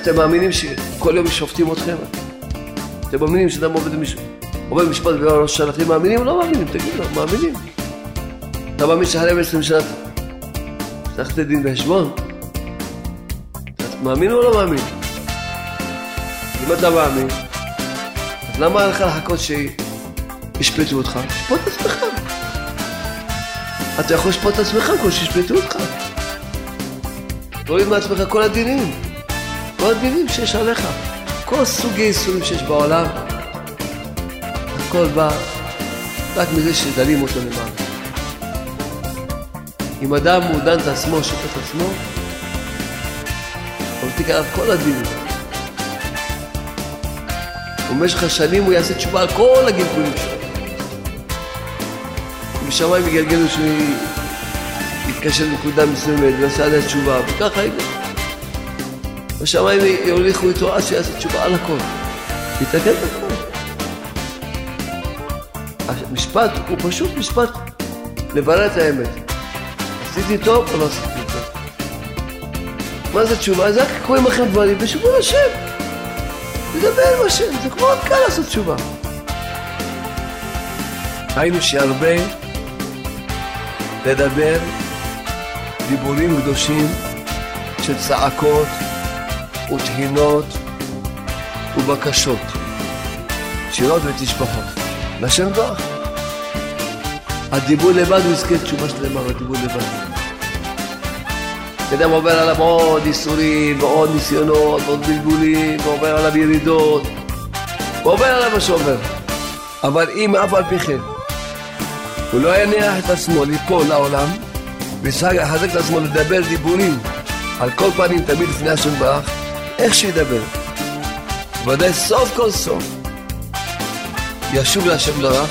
אתם מאמינים שכל יום שופטים אתכם? אתם מאמינים שאתם עובד משפט בראש שנה? אתם מאמינים או לא מאמינים? תגידו, מאמינים. אתה מאמין שאחרי 20 שנה צריך לתת דין בחשבון? אתה מאמין או לא מאמין? אם אתה מאמין, אז למה לך לחכות שישפטו אותך? תשפוט את עצמך. אתה יכול לשפוט את עצמך כל שישפטו אותך. תוריד מעצמך כל הדינים. כל הדינים שיש עליך. כל סוגי איסורים שיש בעולם. הכל בא רק מזה שדלים אותו למעלה. אם אדם מודן את עצמו, שופט את עצמו, הוא תיק עליו כל הדינים. במשך השנים הוא יעשה תשובה על כל הגלגולים שלו. בשמיים יגלגלו שהוא יתקשר לנקודה מסוימת ויעשה עליה תשובה, וככה יגלגל. בשמיים יוליכו איתו עד שיעשה תשובה על הכל. יתקן את הכל. המשפט הוא פשוט משפט לברר את האמת. עשיתי טוב או לא עשיתי טוב? מה זה תשובה? זה רק קוראים לכם דברים בשבוע השם. לדבר עם השם, זה כמו קל לעשות תשובה. ראינו שהרבה לדבר דיבורים קדושים של צעקות ותחינות ובקשות, שירות ותשבחות. לשם ברך. הדיבור לבד הוא יזכה תשובה שלמה, הדיבור לבד. אדם עובר עליו עוד איסורים ועוד ניסיונות ועוד בלבולים, ועובר עליו ירידות, ועובר עליו מה שעובר. אבל אם אף על פי כן הוא לא יניח את עצמו ליפול לעולם ויחזק את עצמו לדבר דיבורים על כל פנים תמיד לפני השם ברך, איך שידבר ודאי סוף כל סוף ישוב להשם ברך.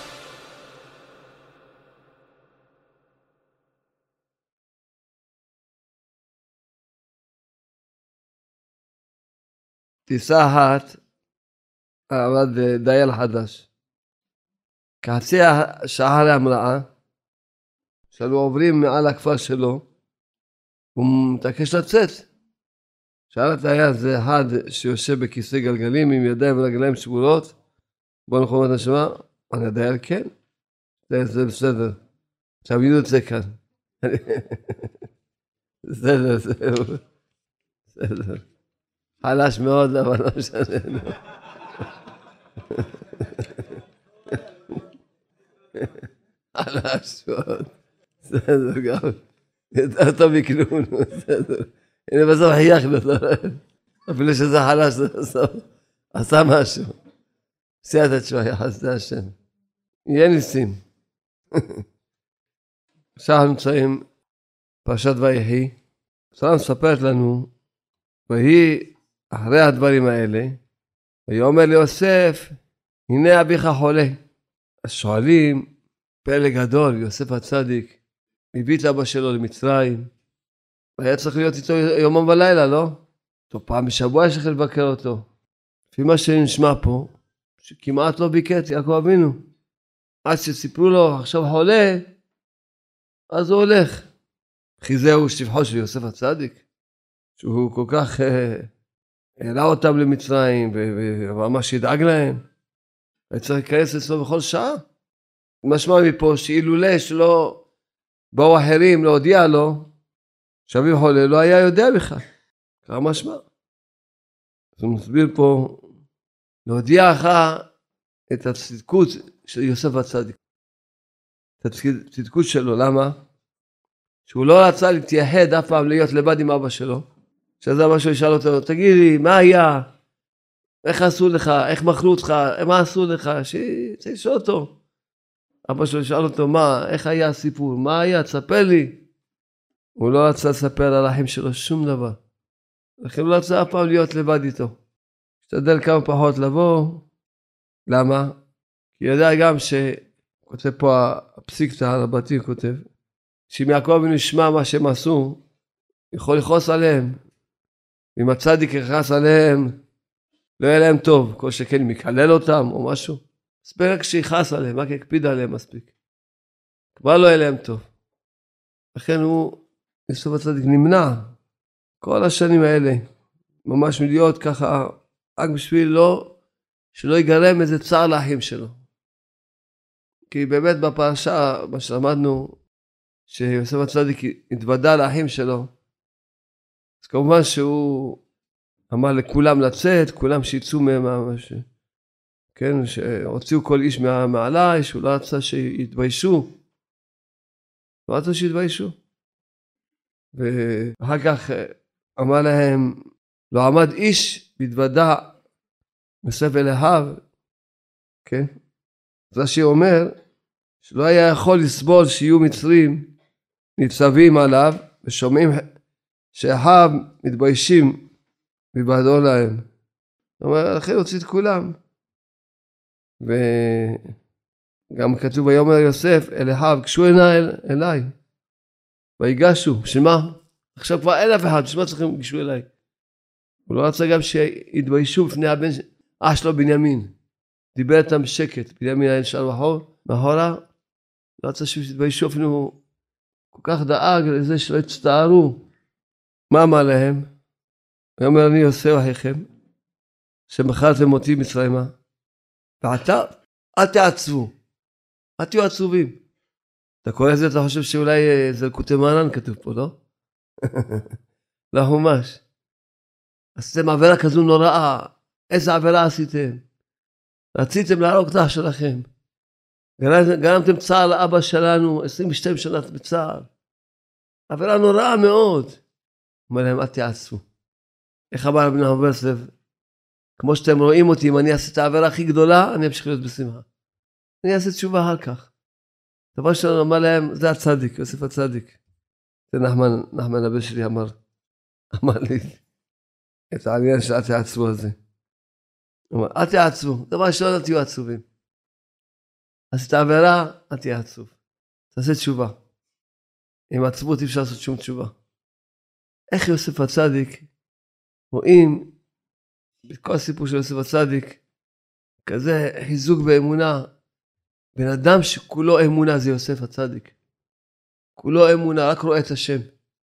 טיסה אחת עבד דייל חדש. כחצי שעה להמראה, כשאנו עוברים מעל הכפר שלו, הוא מתעקש לצאת. שאל הטייס, זה אחד שיושב בכיסא גלגלים עם ידיים ורגליים שבורות, בוא נחום את השמה, אני הדייל כן, זה בסדר. עכשיו ידעו את זה כאן. בסדר, בסדר. חלש מאוד, אבל לא משנה. חלש מאוד. בסדר, גם. יותר טוב מכלום, בסדר. הנה בסוף חייכנו, אפילו שזה חלש, בסוף. עשה משהו. סייעת התשובה, יחסי השם. יהיה ניסים. עכשיו נמצאים פרשת ויחי. עכשיו מספרת לנו, והיא אחרי הדברים האלה, ויאמר ליוסף, הנה אביך חולה. אז שואלים, פלא גדול, יוסף הצדיק, מביא את אבא שלו למצרים, והיה צריך להיות איתו יומם ולילה, לא? טוב, פעם בשבוע יש לך לבקר אותו. לפי מה שנשמע פה, שכמעט לא ביקר את יעקב אבינו. עד שסיפרו לו, עכשיו חולה, אז הוא הולך. כי זהו שבחו של יוסף הצדיק, שהוא כל כך העלה אותם למצרים, וממש ידאג להם. וצריך להיכנס אצלו בכל שעה. משמע מפה שאילולא שלא באו אחרים להודיע לו, שאביו חולה, לא היה יודע בכלל. ככה משמע. אז הוא מסביר פה, להודיע לך את הצדקות של יוסף הצדיק. את הצדקות שלו, למה? שהוא לא רצה להתייחד אף פעם להיות לבד עם אבא שלו. שזה אבא שלו ישאל אותו, תגיד לי, מה היה? איך עשו לך? איך מכרו אותך? מה עשו לך? שישאל אותו. אבא שלו ישאל אותו, מה? איך היה הסיפור? מה היה? תספר לי. הוא לא רצה לספר על החיים שלו שום דבר. לכן הוא לא רצה אף פעם להיות לבד איתו. השתדל כמה פחות לבוא. למה? כי ידע גם שכותב פה הפסיקתא הרבתי כותב, שאם יעקב אבינו ישמע מה שהם עשו, יכול לכעוס עליהם. אם הצדיק יכעס עליהם, לא יהיה להם טוב. כל שכן מקלל אותם או משהו. מספיק רק שיכעס עליהם, רק יקפיד עליהם מספיק. כבר לא יהיה להם טוב. לכן הוא, יוסף הצדיק, נמנע כל השנים האלה. ממש להיות ככה, רק בשביל שלא ייגרם איזה צער לאחים שלו. כי באמת בפרשה, מה שלמדנו, שיוסף הצדיק התוודע לאחים שלו, אז כמובן שהוא אמר לכולם לצאת, כולם שיצאו מהם, כן, שהוציאו כל איש מעלי, שהוא לא רצה שיתביישו. לא רצה שיתביישו. ואחר כך אמר להם, לא עמד איש בהתוודע יוסף אל אחיו, כן? זה שאומר, שלא היה יכול לסבול שיהיו מצרים ניצבים עליו, ושומעים שאחיו מתביישים מבעדו להם. זאת אומרת, אחרי הוציא את כולם. וגם כתוב, ויאמר יוסף אל אחיו, גשו אליי. ויגשו, שמה? עכשיו כבר אין אף אחד, שמה צריכים לגשו אליי? הוא לא רצה גם שיתביישו בפני הבן שלו בנימין. דיבר איתם בשקט, בנימין היה נשאר מאחורה, לא רצה שיתביישו, אפילו כל כך דאג לזה שלא יצטערו. מה אמר להם? הוא אומר, אני יוסף אחיכם, שמכרתם אותי מצרימה, ועתה אל תעצבו, אל תהיו עצובים. אתה קורא לזה, אתה חושב שאולי זה לקוטי מרן כתוב פה, לא? לא ממש. עשיתם עבירה כזו נוראה, איזה עבירה עשיתם? רציתם להרוג את אח שלכם. גרמתם צער לאבא שלנו, 22 שנה בצער. עבירה נוראה מאוד. אומר להם, אל תעצבו. איך אמר רבי נחמן ברסלב? כמו שאתם רואים אותי, אם אני אעשה את העבירה הכי גדולה, אני אמשיך להיות בשמחה. אני אעשה תשובה אחר כך. דבר שלנו אמר להם, זה הצדיק, יוסף הצדיק. זה נחמן הבן שלי אמר לי את העניין של אל תעצבו הזה. הוא אומר, אל תעצבו, דבר שלא תהיו עצובים. אז את העבירה, אל תהיה עצוב. תעשה תשובה. עם עצבות אי אפשר לעשות שום תשובה. איך יוסף הצדיק, רואים בכל הסיפור של יוסף הצדיק, כזה חיזוק באמונה, בן אדם שכולו אמונה זה יוסף הצדיק. כולו אמונה, רק רואה את השם.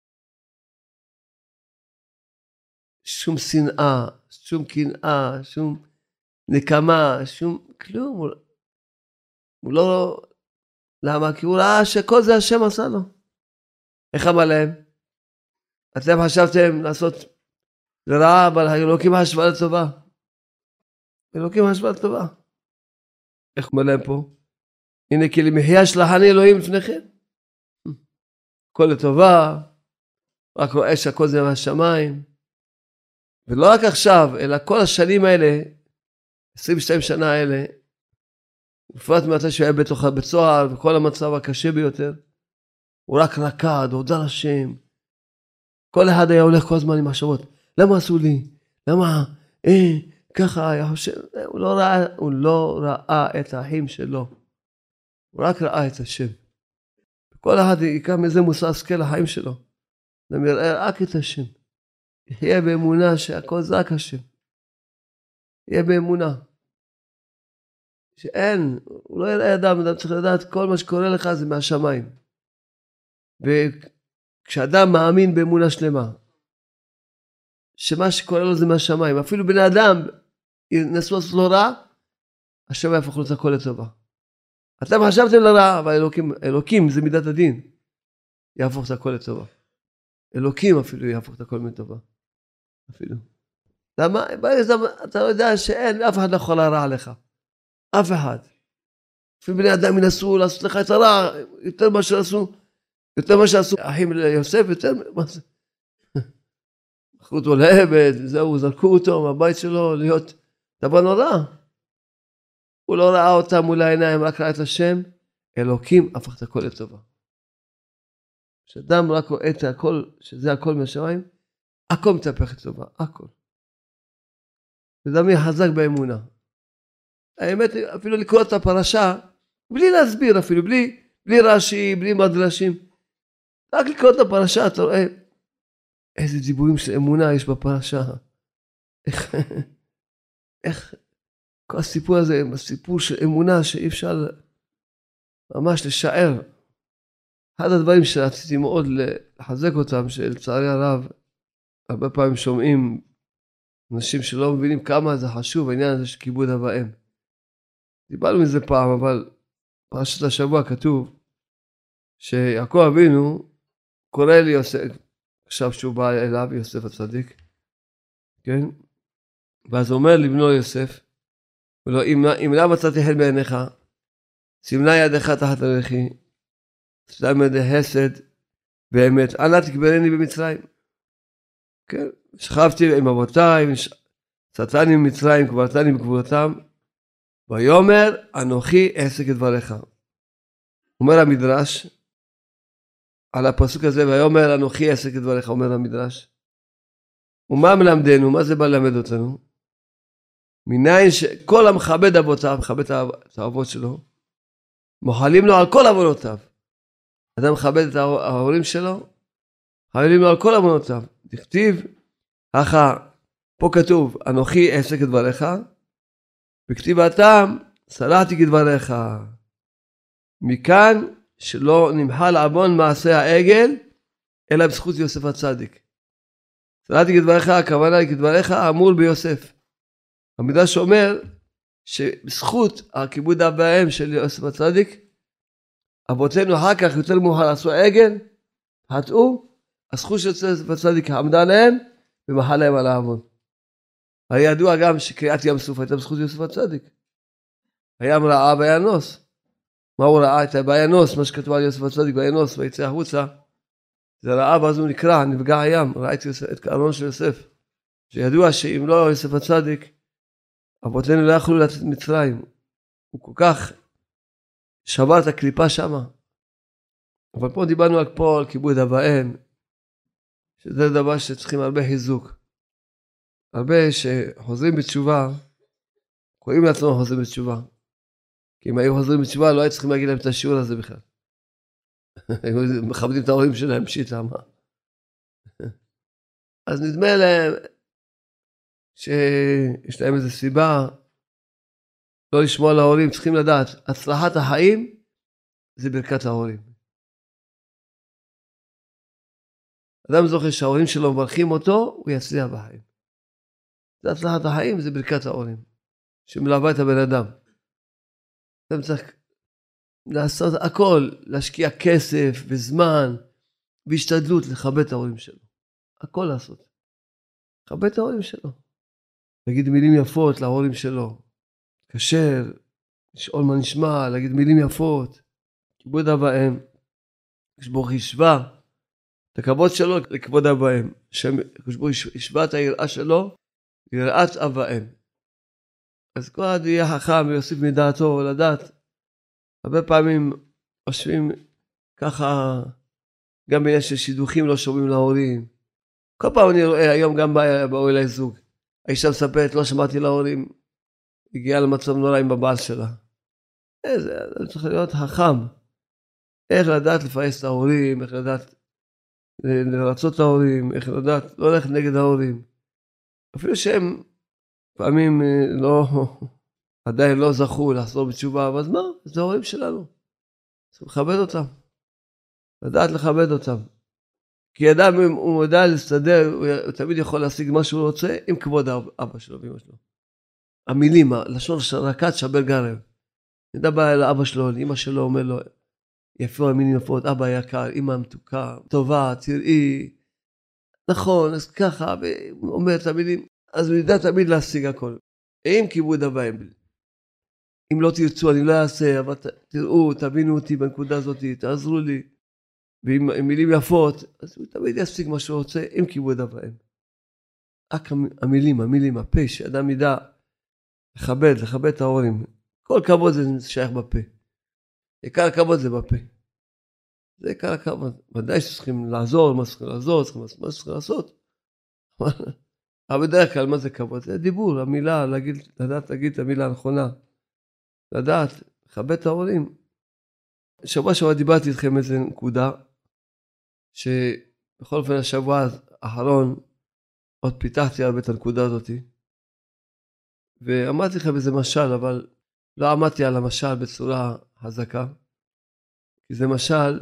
שום שנאה, שום קנאה, שום נקמה, שום כלום. הוא לא... למה? כי הוא ראה שכל זה השם עשה לו. איך אמר להם? אתם חשבתם לעשות לרעה, אבל אלוקים חשבה לטובה. אלוקים חשבה לטובה. איך אומר להם פה? הנה כי למחיה שלחני אלוהים לפניכם. הכל לטובה, רק רואה שהכל זה מהשמיים. ולא רק עכשיו, אלא כל השנים האלה, 22 שנה האלה, בפרט מתי שהוא היה בתוך בית סוהר, וכל המצב הקשה ביותר, הוא רק רקד, הודה לשם. כל אחד היה הולך כל הזמן עם מחשבות. למה עשו לי? למה? ככה היה חושב. הוא לא ראה את האחים שלו. הוא רק ראה את השם. כל אחד יקם איזה מוסר השכל לחיים שלו. זה מראה רק את השם. יהיה באמונה שהכל זה רק השם. יהיה באמונה. שאין, הוא לא יראה אדם צריך לדעת כל מה שקורה לך זה מהשמיים. וכשאדם מאמין באמונה שלמה, שמה שקורה לו זה מהשמיים, אפילו בני אדם ינסו לעשות לו רע, השם יהפוך לו את הכל לטובה. אתם חשבתם לרע, אבל אלוקים זה מידת הדין, יהפוך את הכל לטובה. אלוקים אפילו יהפוך את הכל לטובה. אפילו. למה? אתה לא יודע שאין, אף אחד לא יכול להרע לך. אף אחד. אפילו בני אדם ינסו לעשות לך את הרע, יותר מה שעשו אחים ליוסף, יותר מה זה. מכרו אותו לעבד, זהו, זרקו אותו מהבית שלו להיות דבר נורא. הוא לא ראה אותם מול העיניים, רק ראה את השם, אלוקים הפך את הכל לטובה. כשאדם רק רואה את הכל, שזה הכל מהשמיים, הכל מתהפך לטובה, הכל. ודמי חזק באמונה. האמת, אפילו לקרוא את הפרשה, בלי להסביר אפילו, בלי רש"י, בלי מדרשים. רק לקרוא את הפרשה, אתה רואה, איזה דיבורים של אמונה יש בפרשה. איך כל הסיפור הזה, הסיפור של אמונה שאי אפשר ממש לשער. אחד הדברים שרציתי מאוד לחזק אותם, שלצערי הרב, הרבה פעמים שומעים אנשים שלא מבינים כמה זה חשוב, העניין הזה של כיבוד אב ואם. דיברנו מזה פעם, אבל פרשת השבוע כתוב שיעקב אבינו קורא לי יוסף, עכשיו שהוא בא אליו, יוסף הצדיק, כן? ואז הוא אומר לבנו יוסף, ולא, אם לא מצאתי חן בעיניך, סימנה ידך תחת רגלי, סתם ידי חסד באמת, אנא תקברני במצרים. כן? שכבתי עם אבותיי, סתני ממצרים, קברתני בגבולתם, ויאמר אנוכי אעשה כדבריך. אומר המדרש, על הפסוק הזה, ויאמר אנוכי אעשה כדבריך, אומר המדרש. ומה מלמדנו? מה זה בא ללמד אותנו? מניין שכל המכבד אבותיו, מכבד את האבות שלו, מוחלים לו על כל עוונותיו. אדם מכבד את ההורים שלו, מוחלים לו על כל עוונותיו. תכתיב, ככה, פה כתוב, אנוכי אעשה כדבריך, בכתיבתם, סלחתי כדבריך. מכאן שלא נמחל עוון מעשה העגל, אלא בזכות יוסף הצדיק. סלחתי כדבריך, הכוונה היא כדבריך אמור ביוסף. המדרש אומר שבזכות הכיבוד אב ואם של יוסף הצדיק, אבותינו אחר כך יותר מאוחר עשו עגל, חטאו, הזכות של יוסף הצדיק עמדה עליהם, ומחל להם על העוון. היה ידוע גם שקריאת ים סוף הייתה בזכות יוסף הצדיק. הים ראה וינוס. מה הוא ראה? את וינוס, מה שכתוב על יוסף הצדיק, וינוס, ויצא החוצה. זה ראה ואז הוא נקרא, נפגע הים, ראה את הארון של יוסף. שידוע שאם לא יוסף הצדיק, אבותינו לא יכלו לצאת מצרים. הוא כל כך שבר את הקליפה שמה. אבל פה דיברנו על כיבוד אב ואם, שזה דבר שצריכים הרבה חיזוק. הרבה שחוזרים בתשובה, קוראים לעצמם חוזרים בתשובה. כי אם היו חוזרים בתשובה, לא היו צריכים להגיד להם את השיעור הזה בכלל. היו מכבדים את ההורים שלהם, פשיטה, מה? אז נדמה להם שיש להם איזו סיבה לא לשמוע להורים, צריכים לדעת, הצלחת החיים זה ברכת ההורים. אדם זוכר שההורים שלו מברכים אותו, הוא יצליח בחיים. זה הצלחת החיים, זה ברכת ההורים, שמלווה את הבן אדם. אדם צריך לעשות הכל, להשקיע כסף וזמן והשתדלות לכבד את ההורים שלו. הכל לעשות. לכבד את ההורים שלו. להגיד מילים יפות להורים שלו. קשר, לשאול מה נשמע, להגיד מילים יפות. כיבוד אב ואם. כשברוך ישווה את הכבוד שלו לכבוד אב ואם. כשברוך ישווה את היראה שלו, יראת אב ואם. אז כל אחד יהיה חכם ויוסיף מדעתו לדעת. הרבה פעמים חושבים ככה, גם בעניין של שידוכים לא שומעים להורים. כל פעם אני רואה, היום גם באו אליי זוג. האישה מספרת, לא שמעתי להורים, הגיעה למצב נורא עם הבעל שלה. זה צריך להיות חכם. איך לדעת לפייס את ההורים, איך לדעת לרצות את ההורים, איך לדעת לא ללכת נגד ההורים. אפילו שהם פעמים לא, עדיין לא זכו לחזור בתשובה, אז מה? זה ההורים שלנו. צריך לכבד אותם. לדעת לכבד אותם. כי אדם, אם הוא יודע להסתדר, הוא תמיד יכול להשיג מה שהוא רוצה, עם כבוד אבא שלו ואמא שלו. המילים, לשון רקת שבר גרב. נדע בא אל אבא שלו, לאמא שלו אומר לו, יפו המילים יפות, אבא יקר, אמא מתוקה, טובה, תראי, נכון, אז ככה, והוא אומר את המילים, אז הוא ידע תמיד להשיג הכל. עם כיבוד אב ואם. אם לא תרצו, אני לא אעשה, אבל תראו, תבינו אותי בנקודה הזאת, תעזרו לי. ועם מילים יפות, אז הוא תמיד ישיג מה שהוא רוצה, עם כיבוד אב ואם. רק המילים, הפה, שאדם ידע לכבד את ההורים. כל כבוד זה שייך בפה. עיקר הכבוד זה בפה. זה עיקר הכבוד. ודאי שצריכים לעזור, מה צריכים לעשות. אבל בדרך כלל מה זה כבוד? זה דיבור, המילה, לדעת להגיד את המילה הנכונה. לדעת, לכבד את ההורים. שבוע דיברתי איתכם איזה נקודה, שבכל אופן השבוע האחרון, עוד פיתחתי הרבה את הנקודה הזאת, ואמרתי לכם איזה משל, אבל לא עמדתי על המשל בצורה חזקה, כי זה משל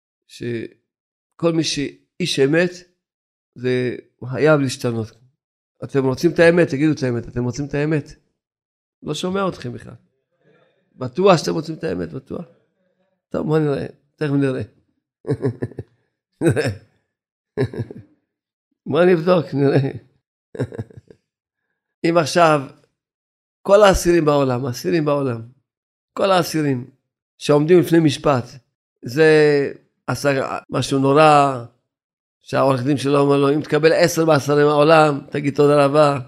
שכל מי שאיש אמת, זה חייב להשתנות. אתם רוצים את האמת, תגידו את האמת, אתם רוצים את האמת? לא שומע אתכם בכלל. בטוח שאתם רוצים את האמת, בטוח. טוב, בוא נראה, תכף נראה. נראה. בוא נבדוק, נראה. אם עכשיו, כל האסירים בעולם, כל האסירים שעומדים לפני משפט, זה עשה משהו נורא, שהעורך דין שלו אומר לו, אם תקבל 10 מאסרים מהעולם, תגיד תודה רבה.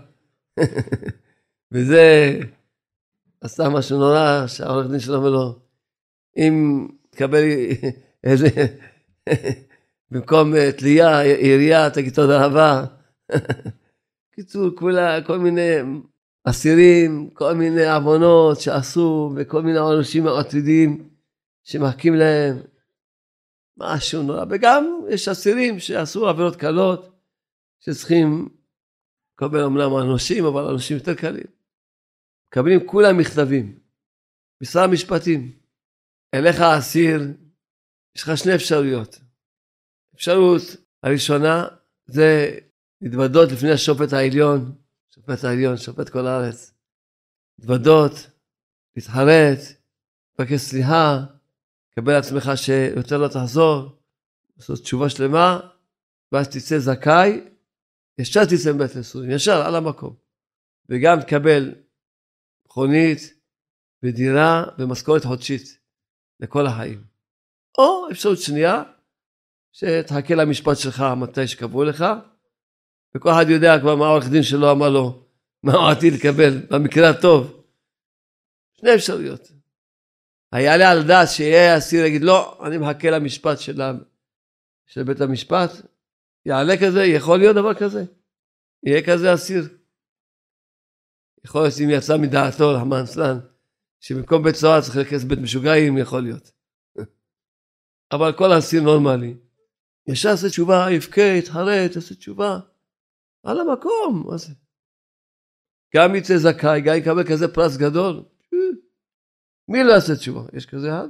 וזה עשה משהו נורא, שהעורך דין שלו אומר לו, אם תקבל איזה, במקום תלייה, ירייה, תגיד תודה רבה. קיצור, כל מיני אסירים, כל מיני עוונות שעשו, וכל מיני עונשים עתידיים שמחכים להם. משהו נורא. וגם יש אסירים שעשו עבירות קלות, שצריכים לקבל אמנם אנושים, אבל אנושים יותר קלים. מקבלים כולם מכתבים. משרד המשפטים. אליך האסיר, יש לך 2 אפשרויות. אפשרות הראשונה, זה להתוודות לפני השופט העליון, שופט כל הארץ. להתוודות, להתחרט, לבקש סליחה, לקבל עצמך שיותר לא תחזור, לעשות תשובה שלמה, ואז תצא זכאי, ישר תצא מבית נשואין, ישר על המקום. וגם תקבל מכונית ודירה ומשכורת חודשית לכל החיים. או אפשרות שנייה, שתחכה למשפט שלך מתי שקבעו לך, וכל אחד יודע כבר מה העורך דין שלו אמר לו, מה הוא עתיד לקבל, במקרה הטוב. 2 אפשרויות. היעלה על דעת שיהיה אסיר יגיד, לא, אני מחכה למשפט של בית המשפט. יעלה כזה, יכול להיות דבר כזה. יהיה כזה אסיר. יכול להיות אם יצא מדעתו, רחמן סלן, שבמקום בית סוהר צריך לכנס בית משוגעים, יכול להיות. אבל כל אסיר נורמלי, ישר עושה תשובה, יבכה, יתחרט, עושה תשובה. על המקום, מה זה? גם יצא זכאי, גם יקבל כזה פרס גדול. מי לא יעשה תשובה? יש כזה אחד?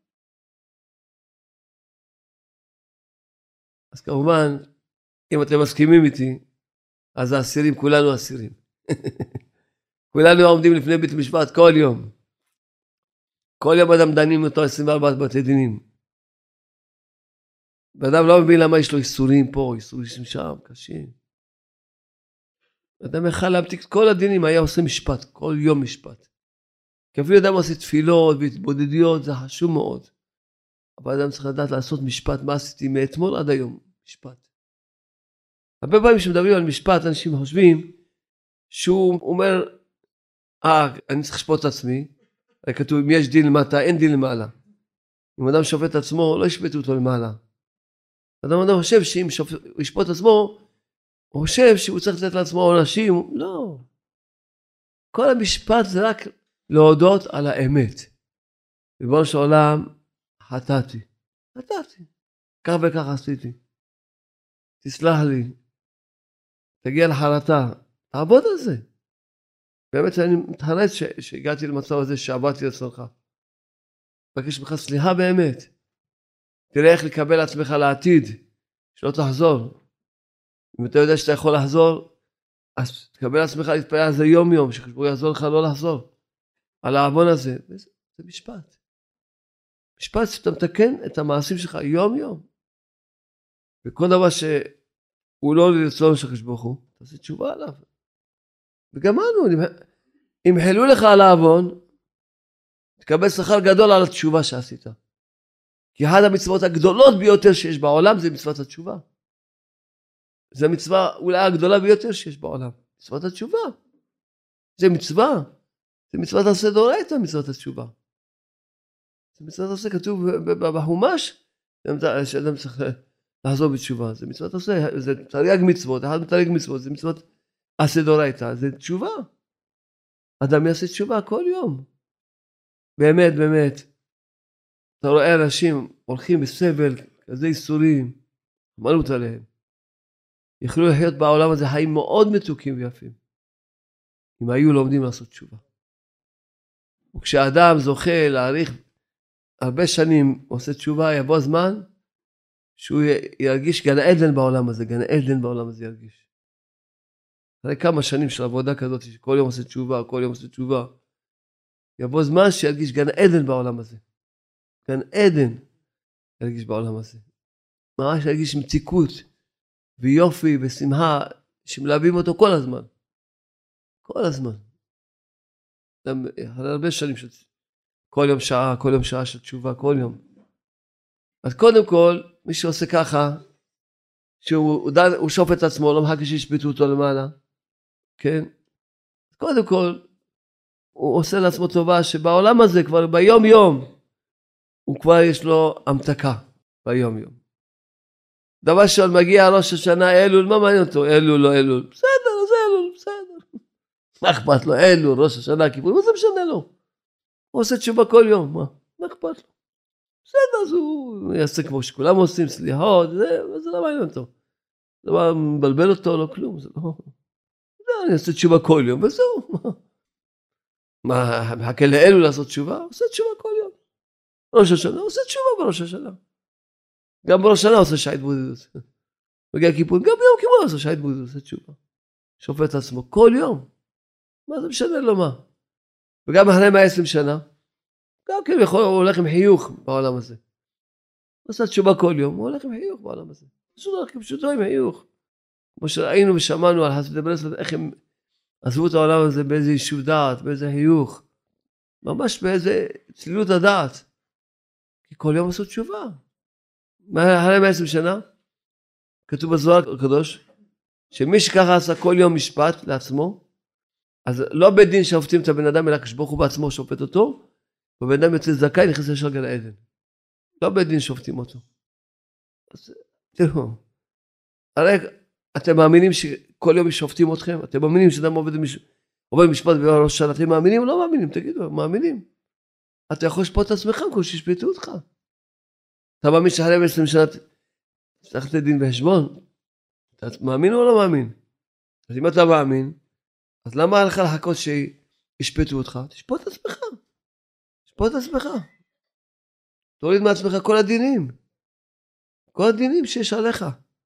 אז כמובן, אם אתם מסכימים איתי, אז האסירים, כולנו אסירים. כולנו עומדים לפני בית משפט כל יום. כל יום אדם דנים אותו 24 בתי דינים. ואדם לא מבין למה יש לו איסורים פה, איסורים שם, קשים. אדם יכול להמתיק כל הדינים, היה עושה משפט, כל יום משפט. כי אפילו אדם עושה תפילות והתבודדויות, זה חשוב מאוד. אבל אדם צריך לדעת לעשות משפט, מה עשיתי מאתמול עד היום, משפט. הרבה פעמים שמדברים על משפט, אנשים חושבים שהוא אומר, אני צריך לשפוט את עצמי, כתוב, אם יש דין למטה, אין דין למעלה. אם אדם שופט את עצמו, לא ישפטו אותו למעלה. אדם חושב שאם הוא ישפוט את עצמו, הוא חושב שהוא צריך לתת לעצמו עונשים, לא. כל המשפט זה רק להודות על האמת. ריבונו של עולם, חטאתי. כך וכך עשיתי. תסלח לי. תגיע לחרטה. תעבוד על זה. באמת אני מתחרט שהגעתי למצב הזה שעבדתי לצורך. מבקש ממך סליחה באמת. תראה איך לקבל עצמך לעתיד, שלא תחזור. אם אתה יודע שאתה יכול לחזור, אז תקבל עצמך להתפלל על זה יום יום, שחשבו יעזור לך לא לחזור. על העוון הזה. זה משפט. משפט שאתה מתקן את המעשים שלך יום יום. וכל דבר שהוא לא לרצון של הקדוש ברוך הוא, תעשה תשובה עליו. וגמרנו, אם חילו לך על העוון, תקבל שכר גדול על התשובה שעשית. כי אחת המצוות הגדולות ביותר שיש בעולם זה מצוות התשובה. זה המצווה אולי הגדולה ביותר שיש בעולם. מצוות התשובה. זה מצווה. זה מצוות עשה דאורייתא, מצוות התשובה. זה מצוות עשה כתוב בחומש, שאדם צריך לחזור בתשובה. זה מצוות עשה, זה תרי"ג מצוות, אחד מתרי"ג מצוות, זה מצוות עשה דאורייתא, זה תשובה. אדם יעשה תשובה כל יום. באמת, באמת. אתה רואה אנשים הולכים בסבל, כזה איסורים, מלות עליהם. יכלו לחיות בעולם הזה חיים מאוד מתוקים ויפים. אם היו לומדים לעשות תשובה. וכשאדם זוכה להאריך הרבה שנים עושה תשובה, יבוא זמן שהוא ירגיש גן עדן בעולם הזה, גן עדן בעולם הזה ירגיש. אחרי כמה שנים של עבודה כזאת, שכל יום עושה תשובה, כל יום עושה תשובה, יבוא זמן שירגיש גן עדן בעולם הזה. גן עדן ירגיש בעולם הזה. ממש ירגיש מתיקות ויופי ושמחה שמלווים אותו כל הזמן. כל הזמן. אחרי הרבה שנים של כל יום שעה של תשובה, כל יום. אז קודם כל, מי שעושה ככה, שהוא שופט את עצמו, לא מחכה שישפטו אותו למעלה, כן? קודם כל, הוא עושה לעצמו טובה שבעולם הזה כבר ביום יום, הוא כבר יש לו המתקה ביום יום. דבר שעוד מגיע ראש השנה אלול, מה מעניין אותו? אלול לא אלול. בסדר, אז אלול, בסדר. מה אכפת לו? אלול, ראש השנה, כיפור, מה זה משנה לו? הוא עושה תשובה כל יום, מה אכפת לו? בסדר, אז הוא יעשה כמו שכולם עושים, סליחות, זה לא מעניין אותו. זה לא מבלבל אותו, לא כלום, זה לא... אני עושה תשובה כל יום, וזהו. מה, מחכה לאלול לעשות תשובה? עושה תשובה כל יום. ראש השנה, עושה תשובה בראש השנה. גם בראש השנה עושה שעה התבודדות. מגיע כיפור, גם ביום כיפור עושה שעה התבודדות, עושה תשובה. שופט עצמו כל יום. מה זה משנה לו מה? וגם אחרי 120 שנה, גם כן הוא הולך עם חיוך בעולם הזה. הוא עושה תשובה כל יום, הוא הולך עם חיוך בעולם הזה. פשוט הולך כפשוטו עם חיוך. כמו שראינו ושמענו על חסידי ברסלב, איך הם עזבו את העולם הזה באיזה יישוב דעת, באיזה חיוך. ממש באיזה צלילות הדעת. כי כל יום עשו תשובה. אחרי 120 שנה, כתוב בזוהר הקדוש, שמי שככה עשה כל יום משפט לעצמו, אז לא בדין שופטים את הבן אדם, אלא כשברוך הוא בעצמו שופט אותו, ובן אדם יוצא זכאי, נכנס ישר גן עדן. לא בדין שופטים אותו. אז תראו, הרי אתם מאמינים שכל יום שופטים אתכם? אתם מאמינים שאדם עובד משפט בראש השנה? אתם מאמינים או לא מאמינים? תגידו, מאמינים. אתה יכול לשפוט את עצמך כמו שישפטו אותך. אתה מאמין שאחרי 20 שנה צריך לתת דין וחשבון? אתה מאמין או לא מאמין? אז אם אתה מאמין, אז למה לך לחכות שישפטו אותך? תשפוט את עצמך. תשפוט את עצמך. תוריד מעצמך כל הדינים. כל הדינים שיש עליך.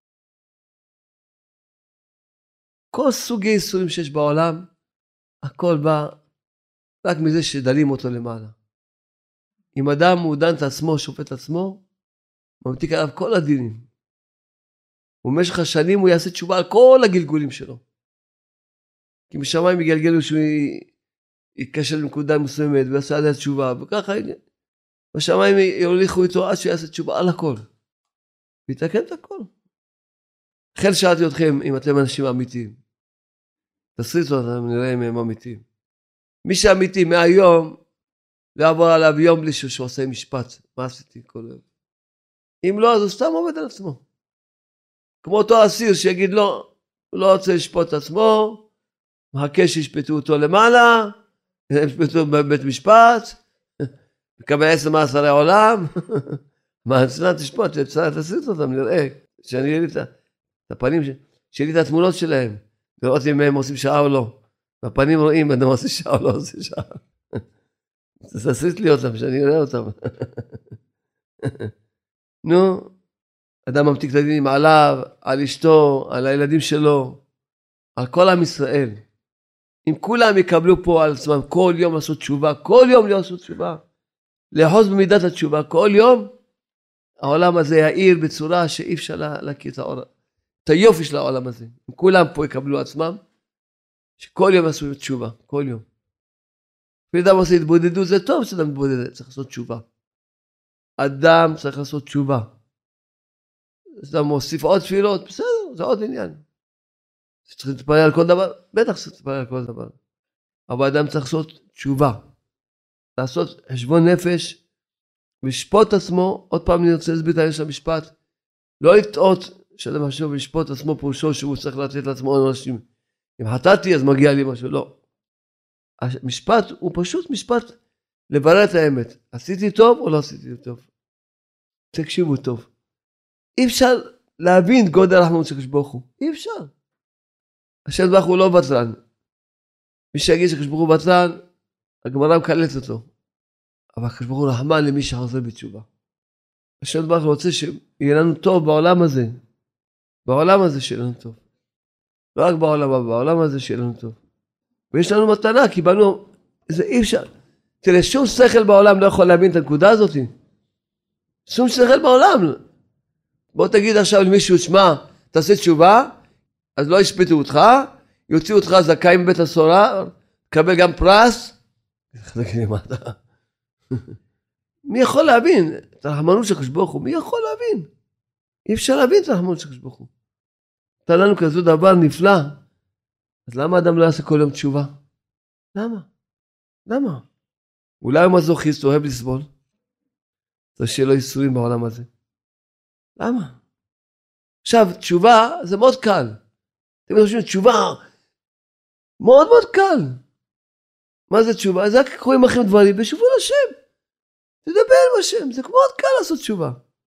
כל סוגי איסורים שיש בעולם, הכל בא רק מזה שדלים אותו למעלה. אם אדם הוא דן את עצמו, שופט את עצמו, ממתיק עליו כל הדינים. ובמשך השנים הוא יעשה תשובה על כל הגלגולים שלו. כי משמיים יגלגלו שהוא יקשר לנקודה מסוימת ויעשה עליה תשובה, וככה בשמיים יוליכו איתו עד שיעשה תשובה על הכל. ויתקן את הכל. לכן שאלתי אתכם אם אתם אנשים אמיתיים. תסריטו אותם, נראה אם הם אמיתיים. מי שאמיתי מהיום, לא יעבור עליו יום בלי שהוא עושה משפט. מה עשיתי כל יום? אם לא, אז הוא סתם עובד על עצמו. כמו אותו אסיר שיגיד לו, הוא לא רוצה לשפוט את עצמו, מחכה שישפטו אותו למעלה, ישפטו בבית משפט, מקבל 10 מאסרי עולם. מה, אצלנו תשפוט, תסריט אותם, נראה, שאני אראה לי את הפנים, שיהיה לי את התמונות שלהם, לראות אם הם עושים שעה או לא. והפנים רואים, אדם עושה שעה או לא עושה שעה. תסריט לי אותם, שאני אראה אותם. נו, אדם ממתיק את הדינים עליו, על אשתו, על הילדים שלו, על כל עם ישראל. אם כולם יקבלו פה על עצמם כל יום לעשות תשובה, כל יום לעשות תשובה, לאחוז במידת התשובה, כל יום, העולם הזה יאיר בצורה שאי אפשר להכיר את היופי של העולם הזה. אם כולם פה יקבלו עצמם, שכל יום יעשו תשובה, כל יום. ואדם עושה התבודדות, זה טוב שאדם מתבודד, צריך לעשות תשובה. אדם צריך לעשות תשובה. אדם מוסיף עוד תפילות, בסדר, זה עוד עניין. צריך להתפלל על כל דבר, בטח צריך להתפלל על כל דבר. אבל אדם צריך לעשות תשובה. לעשות חשבון נפש, לשפוט עצמו, עוד פעם אני רוצה להסביר את העניין של המשפט, לא לטעות שאדם חשוב לשפוט עצמו פירושו שהוא צריך לתת לעצמו אנשים. אם חטאתי אז מגיע לי משהו, לא. המשפט הוא פשוט משפט לברר את האמת. עשיתי טוב או לא עשיתי טוב? תקשיבו טוב. אי אפשר להבין גודל הרחמנות של הקדוש ברוך הוא. אי אפשר. השם ברוך הוא לא ותרן. מי שיגיד שהקדוש ברוך הוא ותרן, הגמרא מקללת אותו. אבל הקדוש ברוך הוא רחמן למי שחוזר בתשובה. השם ברוך הוא רוצה שיהיה לנו טוב בעולם הזה. בעולם הזה שיהיה לנו טוב. לא רק בעולם הבא, בעולם הזה שיהיה לנו טוב. ויש לנו מתנה, קיבלנו, זה אי אפשר. תראה, שום שכל בעולם לא יכול להבין את הנקודה הזאת. שום שכל בעולם. בוא תגיד עכשיו למישהו, שמע, תעשה תשובה, אז לא ישפטו אותך, יוציאו אותך זכאי מבית הסוהר, תקבל גם פרס. מי יכול להבין את הרחמנות של הקדוש ברוך הוא? מי יכול להבין? אי אפשר להבין את הרחמנות של הקדוש ברוך הוא. נתן לנו כזה דבר נפלא. אז למה אדם לא יעשה כל יום תשובה? למה? אולי הוא מזוכיסט, אוהב לסבול. אז שיהיה לו ייסורים בעולם הזה. למה? עכשיו, תשובה זה מאוד קל. אתם חושבים, תשובה מאוד מאוד קל. מה זה תשובה? זה רק קוראים לכם דברים ושובו לשם. תדבר עם השם, זה מאוד קל לעשות תשובה.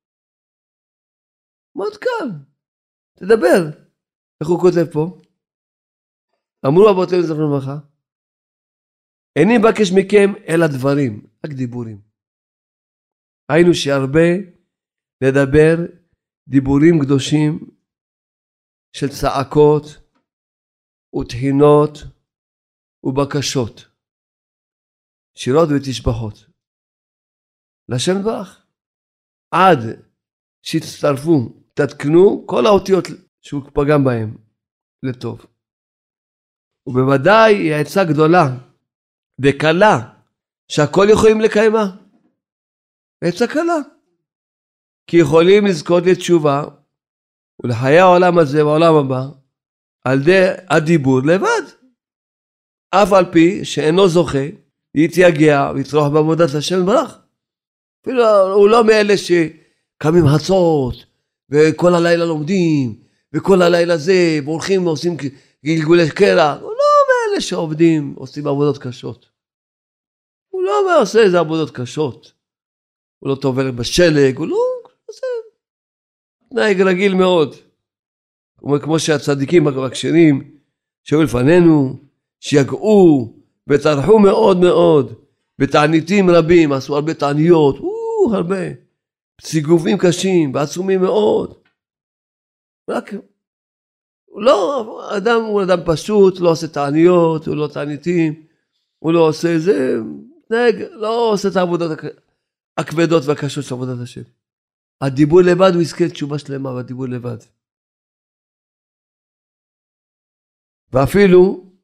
מאוד קל. תדבר. איך הוא כותב פה? אמרו אבותינו זכרונם לברכה, איני מבקש מכם אלא דברים, רק דיבורים. היינו שהרבה לדבר דיבורים קדושים של צעקות ותחינות ובקשות, שירות ותשבחות. לשם ברך, עד שתצטרפו, תתקנו כל האותיות שהוא פגם בהם לטוב. ובוודאי היא עצה גדולה וקלה שהכל יכולים לקיימה. עצה קלה. כי יכולים לזכות לתשובה ולחיי העולם הזה והעולם הבא על ידי הדיבור לבד. אף על פי שאינו זוכה להתייגע ולצרוח בעבודת השם ברך. אפילו הוא לא מאלה שקמים חצות וכל הלילה לומדים וכל הלילה זה והולכים ועושים גלגולי קרע. הוא לא מאלה שעובדים, עושים עבודות קשות. הוא לא עושה איזה עבודות קשות. הוא לא טובל בשלג, הוא לא עושה נהג רגיל מאוד. כמו שהצדיקים הכשרים שהיו לפנינו, שיגעו וטרחו מאוד מאוד, בתעניתים רבים, עשו הרבה תעניות, הרבה, סיגובים קשים ועצומים מאוד. רק לא, הוא אדם פשוט, לא עושה תעניות, הוא לא תעניתים, הוא לא עושה זה, לא עושה את העבודות הכבדות והקשות של עבודת השם. הדיבור לבד הוא יזכה תשובה שלמה, והדיבור לבד. ואפילו,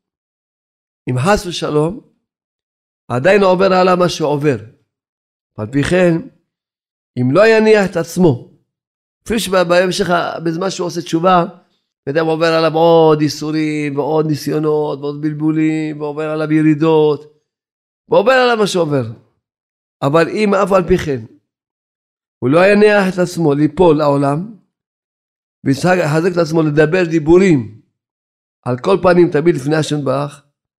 אם חס ושלום, עדיין עובר עליו מה שעובר. על פי כן, אם לא יניח את עצמו, אפילו שבהמשך, בזמן שהוא עושה תשובה, אדם עובר עליו עוד איסורים, ועוד ניסיונות, ועוד בלבולים, ועובר עליו ירידות, ועובר עליו מה שעובר. אבל אם אף על פי כן, הוא לא יניח את עצמו ליפול לעולם, ויחזק את עצמו לדבר דיבורים, על כל פנים תמיד לפני השם ברך,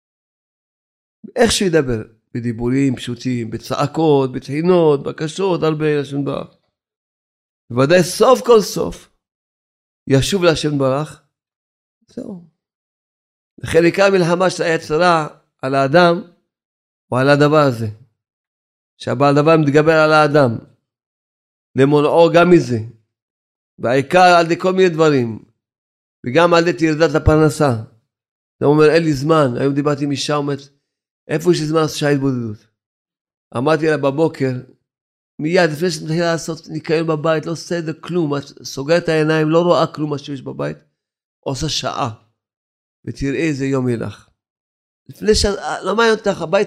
איך שידבר, בדיבורים פשוטים, בצעקות, בתחינות, בקשות, הרבה לשם ברך. בוודאי סוף כל סוף, ישוב להשם ברך, זהו. לכן עיקר מלחמה של היצרה על האדם, או על הדבר הזה. שהבעל דבר מתגבר על האדם, למונעו גם מזה, והעיקר על ידי כל מיני דברים, וגם על ידי תירדת הפרנסה. אתה אומר, אין לי זמן, היום דיברתי עם אישה, אומרת, איפה יש לי זמן לעשות שעה התבודדות? אמרתי לה בבוקר, מיד לפני שנתחיל לעשות ניקיון בבית, לא סדר כלום, את סוגרת העיניים, לא רואה כלום מה שיש בבית, עושה שעה, ותראה איזה יום ילך. לפני לא מעניין אותך, הבית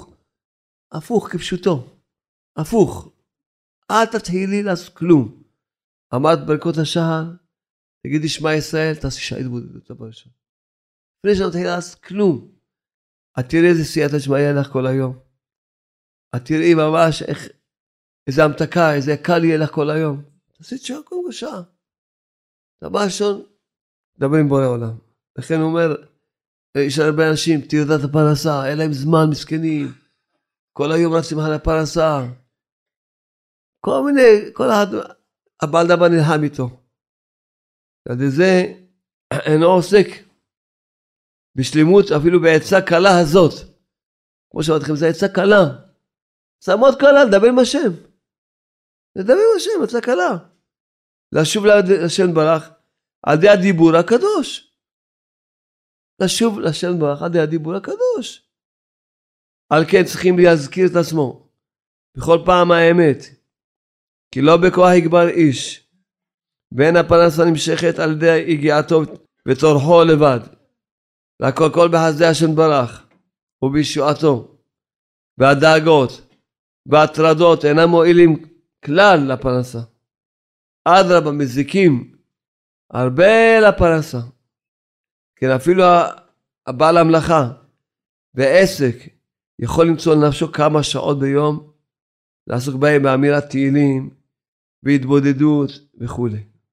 הפוך כפשוטו, הפוך. אל תתחילי לעשות כלום. אמרת ברכות השחר, תגידי שמע ישראל, תעשי שעה התבודדות. לפני שנתחיל לעשות כלום, את תראי איזה סייעתא דשמיא יהיה לך כל היום. את תראי ממש איזה המתקה, איזה קל יהיה לך כל היום. תעשי את שעה כל שעה. דבר ראשון, דבר עם בורא עולם. לכן הוא אומר, יש הרבה אנשים, תירדת הפרנסה, אין להם זמן מסכנים, כל היום רצים על הפרנסה, כל מיני, כל אחד, הבעל דבר נלחם איתו. עד זה אינו עוסק בשלימות, אפילו בעצה קלה הזאת. כמו שאמרתי לכם, זה עצה קלה. עצה מאוד קלה, לדבר עם השם. לדבר עם השם, עצה קלה. לשוב להשם ברך, על ידי הדיבור הקדוש. לשוב לשם ברוך עד הדיבור הקדוש. על כן צריכים להזכיר את עצמו בכל פעם האמת, כי לא בכוח יגבר איש, ואין הפרנסה נמשכת על ידי הגיעתו וטורחו לבד, והכל בחסדי השם ברך ובישועתו, והדאגות וההטרדות אינם מועילים כלל לפרנסה. אדרבה, מזיקים הרבה לפרנסה. כן, אפילו הבעל המלאכה בעסק יכול למצוא לנפשו כמה שעות ביום לעסוק בהם באמירת תהילים והתבודדות וכו'.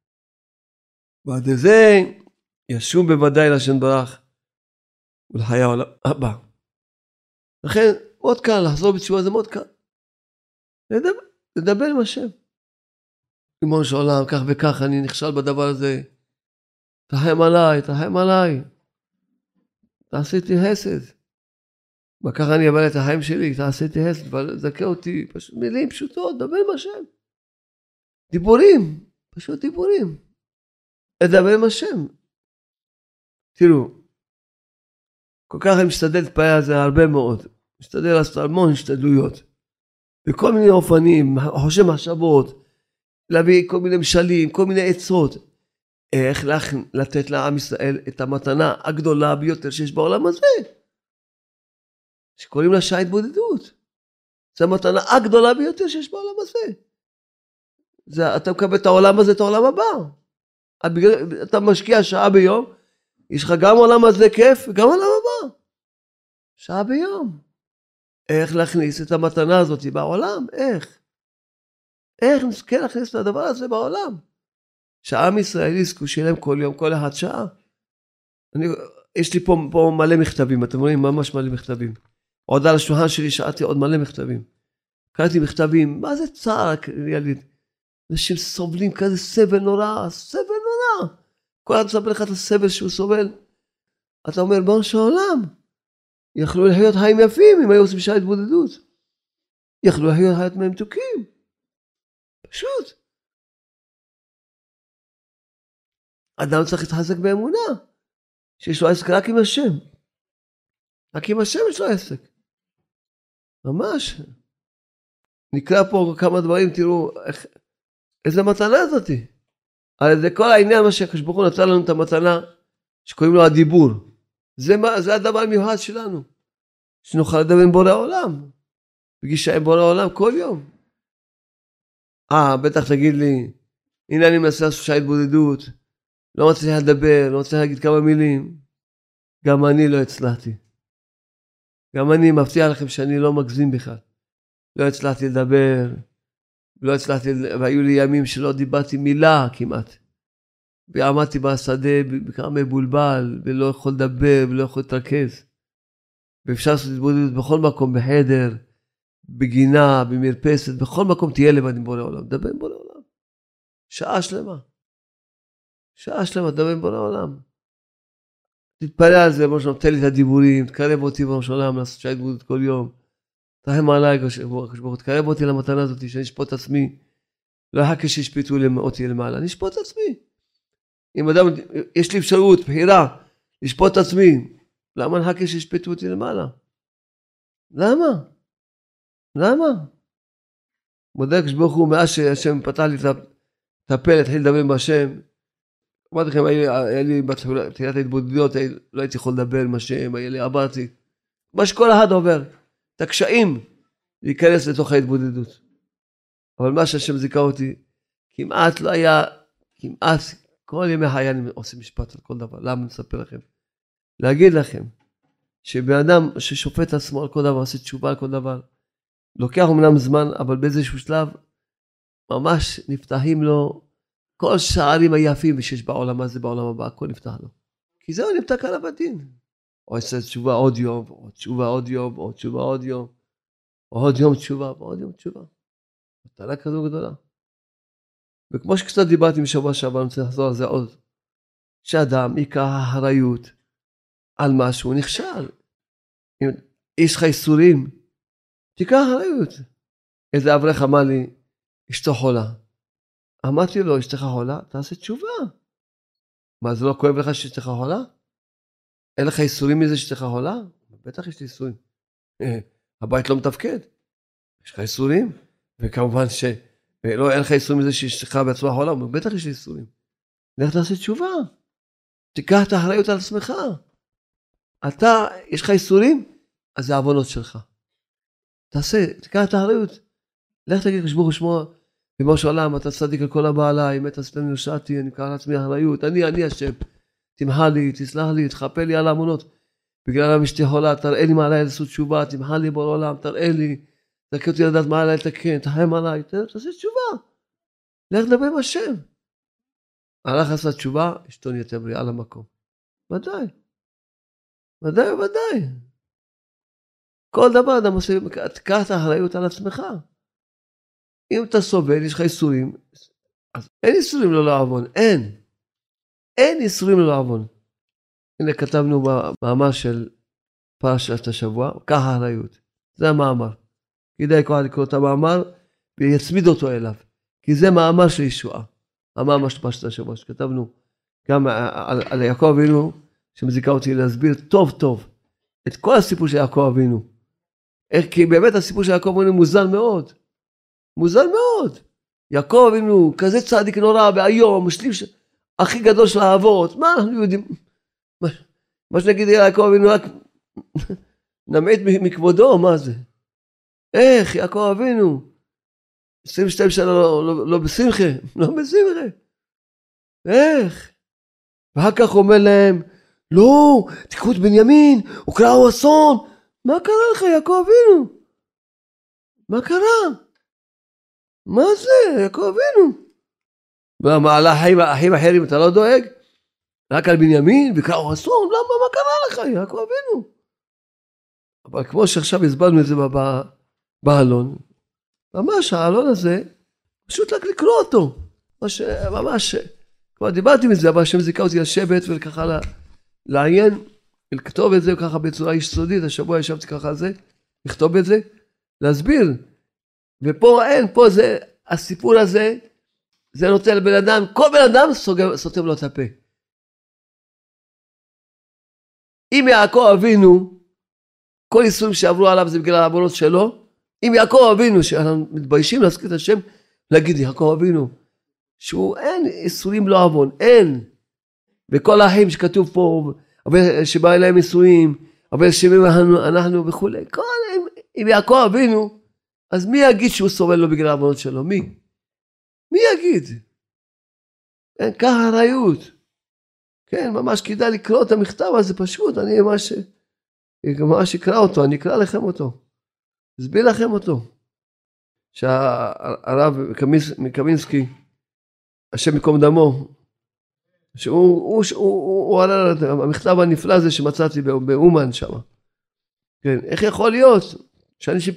ועד זה ישוב בוודאי לשם ברך ולחיי העולם הבא. לכן מאוד קל, לחזור בתשובה זה מאוד קל. לדבר עם השם. ריבונו של עולם, כך וכך אני נכשל בדבר הזה. תרחם עליי, תרחם עליי. תעשי איתי חסד. וככה אני אבא את החיים שלי, תעשי איתי חסד, זכה אותי. פשוט מילים פשוטות, דבר עם השם. דיבורים, פשוט דיבורים. לדבר עם השם. תראו, כל כך אני משתדל להתפעל על זה הרבה מאוד. משתדל לעשות המון השתדלויות. בכל מיני אופנים, חושב מחשבות, להביא כל מיני משלים, כל מיני עצות. איך לתת לעם ישראל את המתנה הגדולה ביותר שיש בעולם הזה. שקוראים לה שעה התבודדות. זו המתנה הגדולה ביותר שיש בעולם הזה. אתה מקבל את העולם הזה, את העולם הבא. אתה משקיע שעה ביום, יש לך גם עולם הזה כיף וגם עולם הבא. שעה ביום. איך להכניס את המתנה הזאת בעולם? איך נזכה להכניס את הדבר הזה בעולם? שעם ישראל יזכו שיהיה להם כל יום, כל אחד שעה. יש לי פה מלא מכתבים, אתם רואים? ממש מלא מכתבים. עוד על השולחן שלי שעתי עוד מלא מכתבים. קראתי מכתבים, מה זה צער? אנשים סובלים כזה סבל נורא, סבל נורא. כל אחד מספר לך את הסבל שהוא סובל. אתה אומר, בוא שעולם. יכלו לחיות חיים יפים אם היו עושים שעה התבודדות. יכלו לחיות מהם מתוקים. פשוט. אדם צריך להתחזק באמונה. שיש לו עסק רק עם השם. רק עם השם יש לו עסק. ממש. נקרא פה כמה דברים, תראו איזה מתנה הזאת. אבל זה כל העניין מה שהקדוש ברוך הוא נתן לנו את המתנה שקוראים לו הדיבור. זה הדבר המיוחד שלנו. שנוכל לדבר עם בורא העולם. פגישה עם בורא העולם כל יום. בטח תגיד לי, הנה אני מנסה לעשות שעה התבודדות. לא מצליח לדבר, לא מצליח להגיד כמה מילים. גם אני לא הצלחתי. גם אני מבטיח לכם שאני לא מגזים בכלל. לא הצלחתי לדבר. והיו לי ימים שלא דיברתי מילה כמעט. ועמדתי בשדה בכמה מבולבל, ולא יכול לדבר, ולא יכול להתרכז. ואפשר לעשות התבודדות בכל מקום, בחדר, בגינה, במרפסת, בכל מקום תהיה לבד עם בורא העולם. דבר עם בורא העולם. שעה שלמה. שעה שלמה, דבר עם בורא העולם. תתפלא על זה, בראש נותן לי את הדיבורים, תקרב אותי בראש העולם, לעשות שעה התבודדות כל יום. תרחם עליי, תקרב אותי למתנה הזאת, שאני אשפוט את עצמי. לא יחכה שישפטו אותי למעלה, אני אשפוט את עצמי. אם אדם, יש לי אפשרות, בחירה, לשפוט את עצמי, למה נחכה שישפטו אותי למעלה? למה? מודה הקדוש ברוך הוא, מאז שהשם פתח לי את הפה, התחיל לדבר עם השם. אמרתי לכם, היה לי בתחילת ההתבודדות, לא הייתי יכול לדבר עם השם, עברתי. מה שכל אחד עובר, את הקשיים, להיכנס לתוך ההתבודדות. אבל מה שהשם זיכה אותי, כמעט לא היה, כמעט כל ימי חיי אני עושה משפט על כל דבר. למה אני מספר לכם? להגיד לכם, שבן אדם ששופט עצמו על כל דבר, עושה תשובה על כל דבר, לוקח אמנם זמן, אבל באיזשהו שלב, ממש נפתחים לו כל שערים היפים שיש בעולם הזה, בעולם הבא, הכל נפתח לו. כי זהו, נפתח עליו הדין. או עושה תשובה עוד יום, או תשובה עוד יום, או תשובה עוד יום, או עוד יום תשובה, ועוד יום תשובה. מתנה כזו גדולה. וכמו שקצת דיברתי משבוע שעבר, אני רוצה לחזור על זה עוד. שאדם ייקח אחריות על משהו, נכשל. אם יש לך איסורים, תיקח אחריות. איזה אברך אמר לי, אשתו חולה. אמרתי לו, אשתך חולה, תעשה תשובה. מה, זה לא כואב לך שאשתך חולה? אין לך איסורים מזה שתך חולה? בטח יש לי איסורים. הבית לא מתפקד. יש לך איסורים? וכמובן שלא, אין לך איסורים מזה שאשתך בעצמה חולה, בטח יש לי איסורים. לך תעשה תשובה. תיקח את האחריות על עצמך. אתה, יש לך איסורים? אז זה העוונות שלך. תיקח את האחריות. לך תגיד כשבור ושמו, ריבונו של עולם, אתה צדיק על כל הבא עליי, מת עשיתני נרשעתי, אני אקח על עצמי אחריות, אני השם. תמחה לי, תסלח לי, תכפה לי על העוונות. בגלל אשתי חולה, תראה לי מה עליי לעשות תשובה, תמחה לי בורא עולם, תראה לי, תקרא אותי לדעת מה עליי לתקן, תחם עליי, תעשה תשובה. לך לדבר עם השם. הלך עשה תשובה, אשתו נהייתה בריאה על המקום. ודאי. כל דבר אדם עושה, תקח את האחריות על עצמך. אם אתה סובל, יש לך איסורים, אז אין איסורים לא לעוון, אין איסורים לא לעוון. הנה כתבנו במאמר של פרשת השבוע, קח האחריות. זה המאמר. כדאי לקרוא את המאמר ויצמיד אותו אליו. כי זה מאמר של ישועה. המאמר של פרשת השבוע שכתבנו גם על יעקב אבינו, שמזיקה אותי להסביר טוב טוב את כל הסיפור של יעקב אבינו. כי באמת הסיפור של יעקב אבינו מוזר מאוד. מוזר מאוד. יעקב אבינו כזה צדיק נורא והיום, הכי גדול של האבות. מה אנחנו יודעים? מה שנגיד יעקב אבינו רק נמעט מכבודו, מה זה? איך יעקב אבינו 22 שנה לא בשמחה, לא בשמחה. איך? ואחר כך אומר להם, לא, תיקחו את בנימין, הוא קראו אסון. מה קרה לך יעקב אבינו? מה קרה? מה זה יעקב אבינו? ומה על האחים אחרים אתה לא דואג? רק על בנימין וקראו אסון, למה מה קרה לך יעקב אבינו? אבל כמו שעכשיו הסברנו את זה בעלון, ממש העלון הזה, פשוט רק לקרוא אותו. ממש, כבר דיברתי מזה, אבל השם זיכה אותי לשבת וככה לעיין, לכתוב את זה ככה בצורה יסודית, השבוע ישבתי ככה על זה, לכתוב את זה, להסביר. ופה אין, פה זה, הסיפור הזה, זה נותן לבן אדם, כל בן אדם סותם לו את הפה. אם יעקב אבינו, כל איסורים שעברו עליו זה בגלל העוונות שלו, אם יעקב אבינו, שאנחנו מתביישים להזכיר את השם, להגיד יעקב אבינו, שהוא אין איסורים לא עוון, אין. וכל האחים שכתוב פה, שבא אליהם איסורים, אבל שמים אנחנו וכו', אם יעקב אבינו, אז מי יגיד שהוא סובל לו בגלל העוונות שלו? מי יגיד? אין ככה אחריות. כן, ממש כדאי לקרוא את המכתב הזה פשוט, אני ממש אקרא אותו, אני אקרא לכם אותו. אסביר לכם אותו. שהרב קמינסקי, השם מקום דמו, שהוא עלה המכתב הנפלא הזה שמצאתי באומן שם. כן, איך יכול להיות שאנשים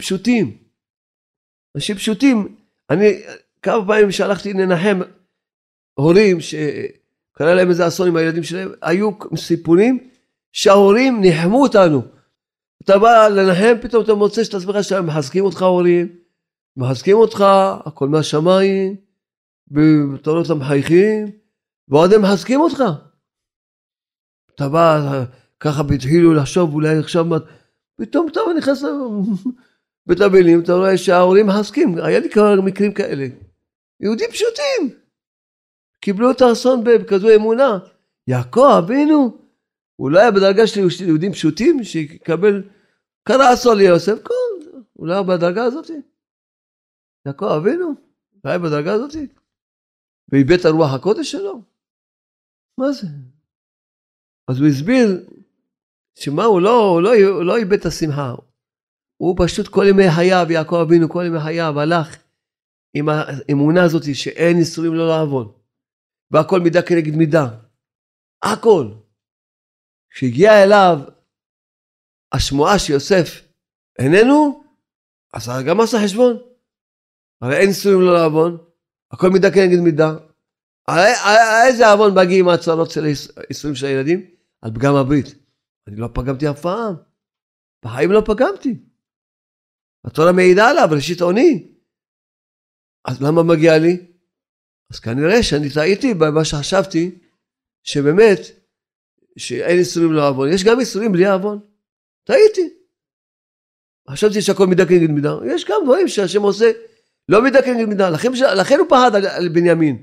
פשוטים, אני כמה פעמים שהלכתי לנחם הורים שקרה להם איזה אסון עם הילדים שלהם, היו סיפורים שההורים נחמו אותנו. אתה בא לנחם, פתאום אתה מוצא שאת עצמך שלהם, מחזקים אותך הורים, מחזקים אותך, הכל מהשמיים, בתורות המחייכים, ועוד הם מחזקים אותך. אתה בא ככה בתחילו לחשוב, אולי עכשיו, פתאום אתה נכנס בית אבלים, אתה רואה שההורים מחזקים, היה לי כמה מקרים כאלה. יהודים פשוטים, קיבלו את האסון בכזו אמונה. יעקב אבינו, הוא לא היה בדרגה של יהודים פשוטים, שיקבל, קרא אסון ליוסף, הוא לא היה בדרגה הזאת. יעקב אבינו, לא היה בדרגה הזאת. ואיבד את הרוח הקודש שלו. מה זה? אז הוא הסביר, שמה הוא לא איבד את השמחה. הוא פשוט כל ימי חייו, יעקב אבינו כל ימי חייו, הלך עם האמונה הזאת שאין איסורים לא לעוון. והכל מידה כנגד מידה. הכל. כשהגיע אליו השמועה שיוסף איננו, אז גם עשה חשבון. הרי אין איסורים לא לעוון. הכל מידה כנגד מידה. איזה עוון מגיעים מהצרות של האיסורים של הילדים? על פגם הברית. אני לא פגמתי אף פעם. בחיים לא פגמתי. התורה מעידה עליו, ראשית עוני. אז למה מגיע לי? אז כנראה שאני טעיתי במה שחשבתי, שבאמת, שאין איסורים לא עוון, יש גם איסורים בלי עוון. טעיתי. חשבתי שהכל מידה כנגד מידה. יש גם דברים שהשם עושה לא מידה כנגד מידה. לכן הוא פחד על בנימין.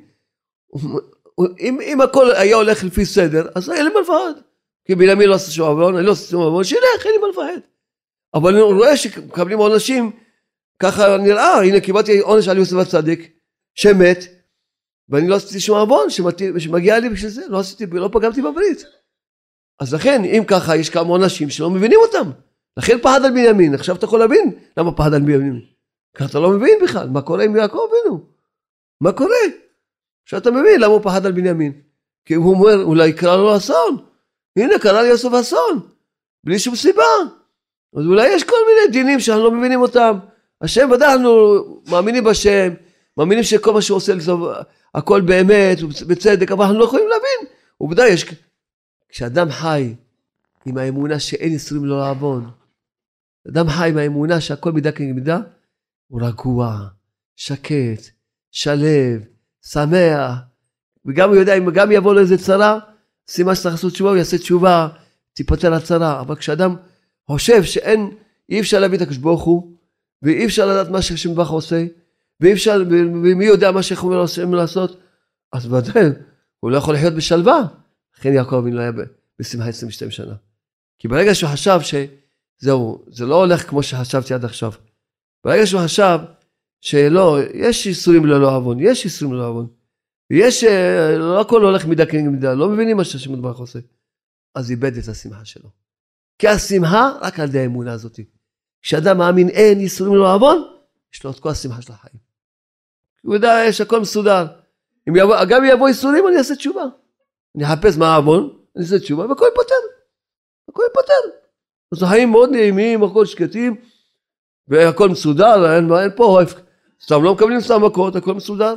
אם הכל היה הולך לפי סדר, אז אין לי מה לפחד. כי בנימין לא עשה שום עוון, אני לא עושה שום עוון, שילך, אין לי מה לפחד. אבל אני רואה שמקבלים עונשים, ככה נראה, הנה קיבלתי עונש על יוסף הצדיק, שמת, ואני לא עשיתי שום עוון שמגיע לי בשביל זה, לא פגמתי בברית. אז לכן, אם ככה, יש כמה עונשים שלא מבינים אותם. לכן פחד על בנימין. עכשיו אתה יכול להבין למה פחד על בנימין. כי אתה לא מבין בכלל, מה קורה עם יעקב אבינו? מה קורה? עכשיו אתה מבין למה הוא פחד על בנימין. כי הוא אומר, אולי יקרא לו אסון. הנה, קרא לי יוסף אסון. בלי שום סיבה. אז אולי יש כל מיני דינים שאנחנו לא מבינים אותם. השם, ודאי אנחנו מאמינים בשם, מאמינים שכל מה שהוא עושה לטוב, הכל באמת, בצדק, אבל אנחנו לא יכולים להבין. ובוודאי יש, כשאדם חי עם האמונה שאין איסורים לא לעוון, אדם חי עם האמונה שהכל מידה כנגד מידה, הוא רגוע, שקט, שלב, שמח, וגם הוא יודע, אם גם יבוא לו איזה צרה, סימן שצריך לעשות תשובה, הוא יעשה תשובה, תיפטר הצרה. אבל כשאדם חושב אי אפשר להביא את הקדוש ברוך הוא, ואי אפשר לדעת מה שהשם יתברך עושה, ומי יודע מה שאנחנו עושים לעשות, אז ודאי, הוא לא יכול לחיות בשלווה. לכן יעקב אבינו לא היה בשמחה 22 שנה. כי ברגע שהוא חשב שזהו, זה לא הולך כמו שחשבתי עד עכשיו. ברגע שהוא חשב שלא, יש איסורים ללא עוון, יש איסורים ללא עוון. ויש, לא הכל הולך מידה כנגד מידה, לא מבינים מה שהשם יתברך עושה. אז איבד את השמחה שלו. כי השמחה רק על ידי האמונה הזאת. כשאדם מאמין אין איסורים ללא עוון, יש לו את כל השמחה של החיים. הוא יודע, יש הכל מסודר. גם אם יבוא איסורים, אני אעשה תשובה. אני אחפש מה העוון, אני אעשה תשובה, והכל ייפטר. הכל ייפטר. אז החיים מאוד נעימים, הכל שקטים, והכל מסודר, אין פה, סתם לא מקבלים סתם מכות, הכל מסודר.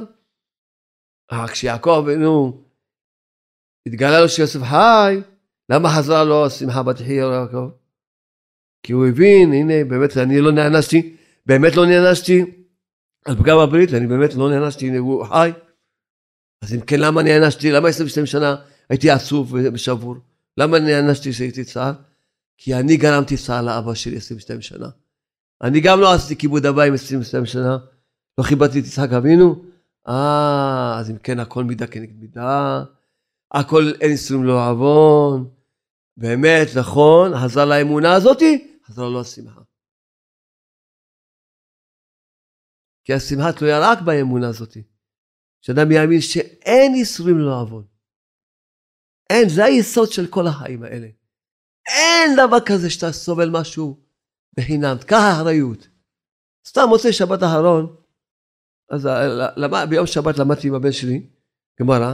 כשיעקב, התגלה לו שיוסף חי, למה חזרה לו השמחה בתחייה יעקב? כי הוא הבין, הנה, באמת, אני לא נענשתי, באמת לא נענשתי, על פגם הברית, אני באמת לא נענשתי, הנה, הוא חי. אז אם כן, למה נענשתי? למה 22 שנה הייתי עצוב ושבור? למה נענשתי שהייתי צער? כי אני גרמתי צער לאבא שלי 22 שנה. אני גם לא עשיתי כיבוד אב עם 22 שנה, לא חיבדתי את יצחק אבינו. אז אם כן, הכל מידה כנגד מידה, הכל אין איסורים לא עוון. באמת, נכון, חזר לאמונה הזאתי, חזר לו השמחה. כי השמחה תלויה רק באמונה הזאתי. שאדם יאמין שאין איסורים לא עוון. אין, זה היסוד של כל החיים האלה. אין דבר כזה שאתה סובל משהו בחינם, ככה אחריות. סתם מוצא שבת האחרון, אז ביום שבת למדתי עם הבן שלי, גמרא,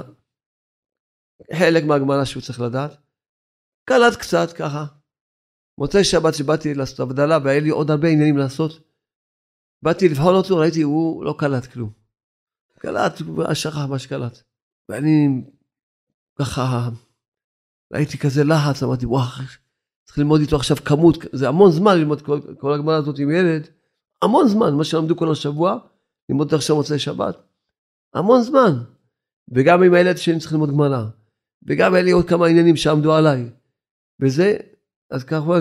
חלק מהגמרא שהוא צריך לדעת, קלט קצת ככה. מוצא שבת שבאתי לעשות הבדלה, והיה לי עוד הרבה עניינים לעשות, באתי לבחון אותו, ראיתי, הוא לא קלט כלום. קלט, הוא שכח מה שקלט. ואני ככה, ראיתי כזה לחץ, אמרתי, וואו, צריך ללמוד איתו עכשיו כמות, זה המון זמן ללמוד כל הגמרא הזאת עם ילד, המון זמן, מה שלמדו כל השבוע, ללמוד עכשיו מוצאי שבת, המון זמן. וגם עם הילד שאני צריך ללמוד גמרא, וגם היה לי עוד כמה עניינים שעמדו עליי. וזה, אז כמובן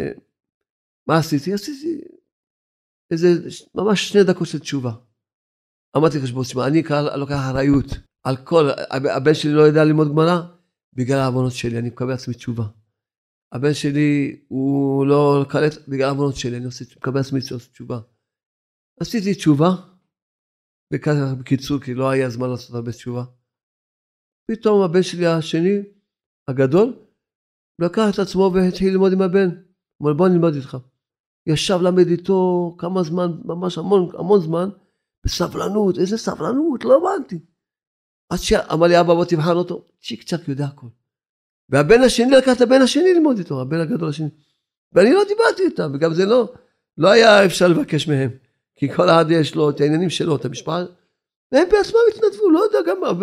מה עשיתי? עשיתי איזה ממש 2 דקות של תשובה. אמרתי חשבון, אני לוקח אחריות על כל, הבן שלי לא יודע ללמוד גמרא, בגלל העוונות שלי, אני מקבל עצמי תשובה. הבן שלי הוא לא קלט בגלל העוונות שלי, אני מקבל עצמי תשובה. עשיתי תשובה, בקיצור, כי לא היה זמן לעשות הרבה תשובה. פתאום הבן שלי השני, הגדול, לקח את עצמו והתחיל ללמוד עם הבן. אמר, בוא נלמד איתך. ישב למד איתו כמה זמן, ממש המון זמן, בסבלנות, איזה סבלנות, לא הבנתי. עד שאמר לי, אבא, בוא תבחן אותו, צ'יק צ'ק יודע הכל. והבן השני לקח את הבן השני ללמוד איתו, הבן הגדול השני. ואני לא דיברתי איתם, וגם זה לא היה אפשר לבקש מהם. כי כל אחד יש לו את העניינים שלו, את המשפחה. והם בעצמם התנדבו, לא יודע גם מה,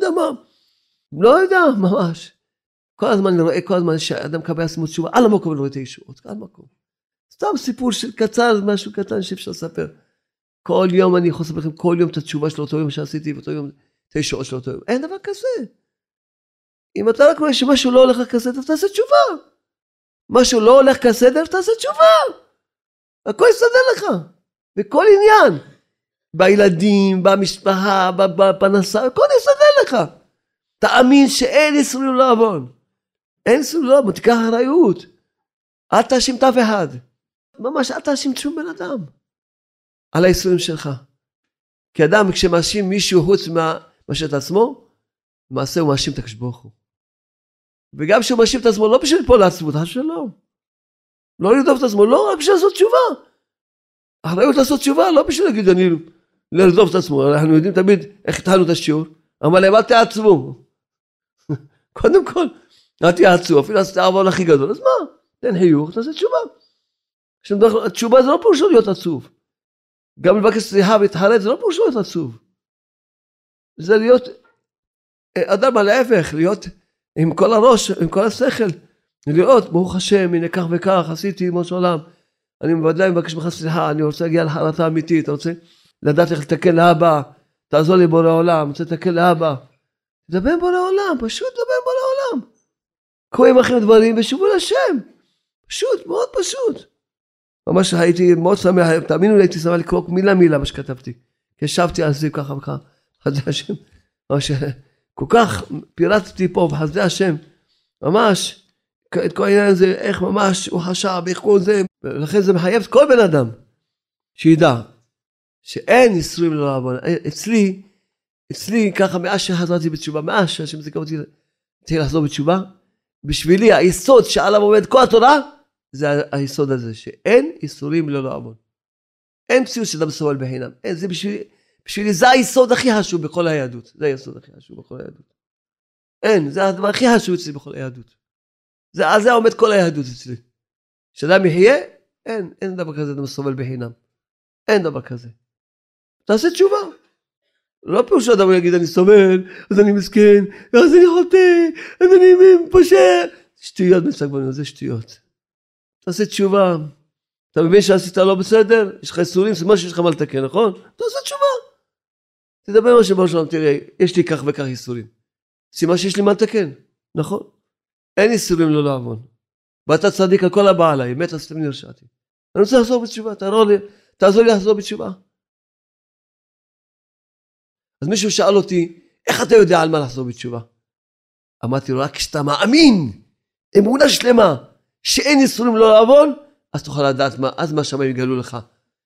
לא יודע ממש. כל הזמן אני רואה, כל הזמן שאדם קבל עצמו תשובה, על המקום אני רואה את הישועות, על המקום. סתם סיפור של קצר, משהו קטן שאפשר לספר. כל יום אני יכול לספר לכם, כל יום את התשובה של אותו יום שעשיתי, ואותו יום את הישועות של אותו יום. אין דבר כזה. אם אתה רק רואה שמשהו לא הולך כסדר, תעשה תשובה. משהו לא הולך כסדר, תעשה תשובה. הכל יסדר לך. בכל עניין. בילדים, במשפחה, בפנסה, הכל יסדר לך. תאמין שאין איסורים לעוון. אין איסורים לעוון, תיקח אחריות. אל תאשים את אף אחד. ממש אל תאשים שום בן אדם. על האיסורים שלך. כי אדם כשמאשים מישהו חוץ מאשר את עצמו, למעשה הוא מאשים את הקדוש ברוך הוא. וגם כשהוא מאשים את עצמו, לא בשביל ליפול לעצמות, שלום. לא לרדוף את עצמו, לא רק בשביל לעשות תשובה. אחריות לעשות תשובה, לא בשביל להגיד אני לרדוף את עצמו. אנחנו יודעים תמיד איך התחלנו את השיעור. אמר להם, אל תעצבו. קודם כל, אל תעצבו, אפילו עשית העוון הכי גדול. אז מה? תן חיוך, תעשה תשובה. תשובה זה לא פירושו להיות עצוב. גם לבקש סליחה והתחרט, זה לא פירושו להיות עצוב. זה להיות אדם על ההפך, להיות עם כל הראש, עם כל השכל. לראות, ברוך השם, הנה כך וכך, עשיתי עם ראש עולם. אני בוודאי מבקש ממך סליחה, אני רוצה להגיע לחרטה אמיתית, אתה רוצה לדעת איך לתקן לאבא, תעזור לי בורא העולם, רוצה לתקן לאבא. תדבר עם בורא העולם, פשוט תדבר עם בורא העולם. קוראים לכם דברים ושובו לשם. פשוט, מאוד פשוט. ממש הייתי מאוד שמח, תאמינו לי, הייתי שמח לקרוא מילה מה שכתבתי. ישבתי על זה ככה וככה, חסדי השם. ממש, כל כך פירטתי פה בחסדי השם. ממש, את כל העניין הזה, איך ממש הוא חשב, איך כל זה. ולכן זה מחייב את כל בן אדם, שידע, שאין איסורים לא לעוון. אצלי ככה מאז שחזרתי בתשובה, מאז שהשם זיכה אותי לחזור בתשובה, בשבילי היסוד שעליו עומד כל התורה, זה היסוד הזה, שאין איסורים לא לעוון. אין מציאות שאדם סובל בחינם. אין, זה בשבילי זה היסוד הכי חשוב בכל היהדות. זה היסוד הכי חשוב בכל היהדות. אין, זה הדבר הכי חשוב אצלי בכל היהדות. על זה עומד כל היהדות אצלי. שאדם יחיה, אין דבר כזה, אדם סובל בחינם. אין דבר כזה. תעשה תשובה. לא פירוש שאדם יגיד, אני סובל, אז אני מסכן, אז אני חוטא, אז אני פושע. שטויות מצגבנו, זה שטויות. תעשה תשובה. אתה מבין שעשית לא בסדר? יש לך איסורים, זה משהו שיש לך מה לתקן, נכון? תעשה תשובה. תדבר מה שבראש שלנו, תראה, יש לי כך וכך איסורים. סימן שיש לי מה לתקן, נכון? אין איסורים לא לעוון. ואתה צדיק על כל הבא עליי, מת אז תמיד הרשעתי. אני רוצה לחזור בתשובה, תעזור לי לחזור בתשובה. אז מישהו שאל אותי, איך אתה יודע על מה לחזור בתשובה? אמרתי לו, רק כשאתה מאמין, אמונה שלמה, שאין איסורים לא לעוון, אז תוכל לדעת מה, אז מה שמיים יגלו לך.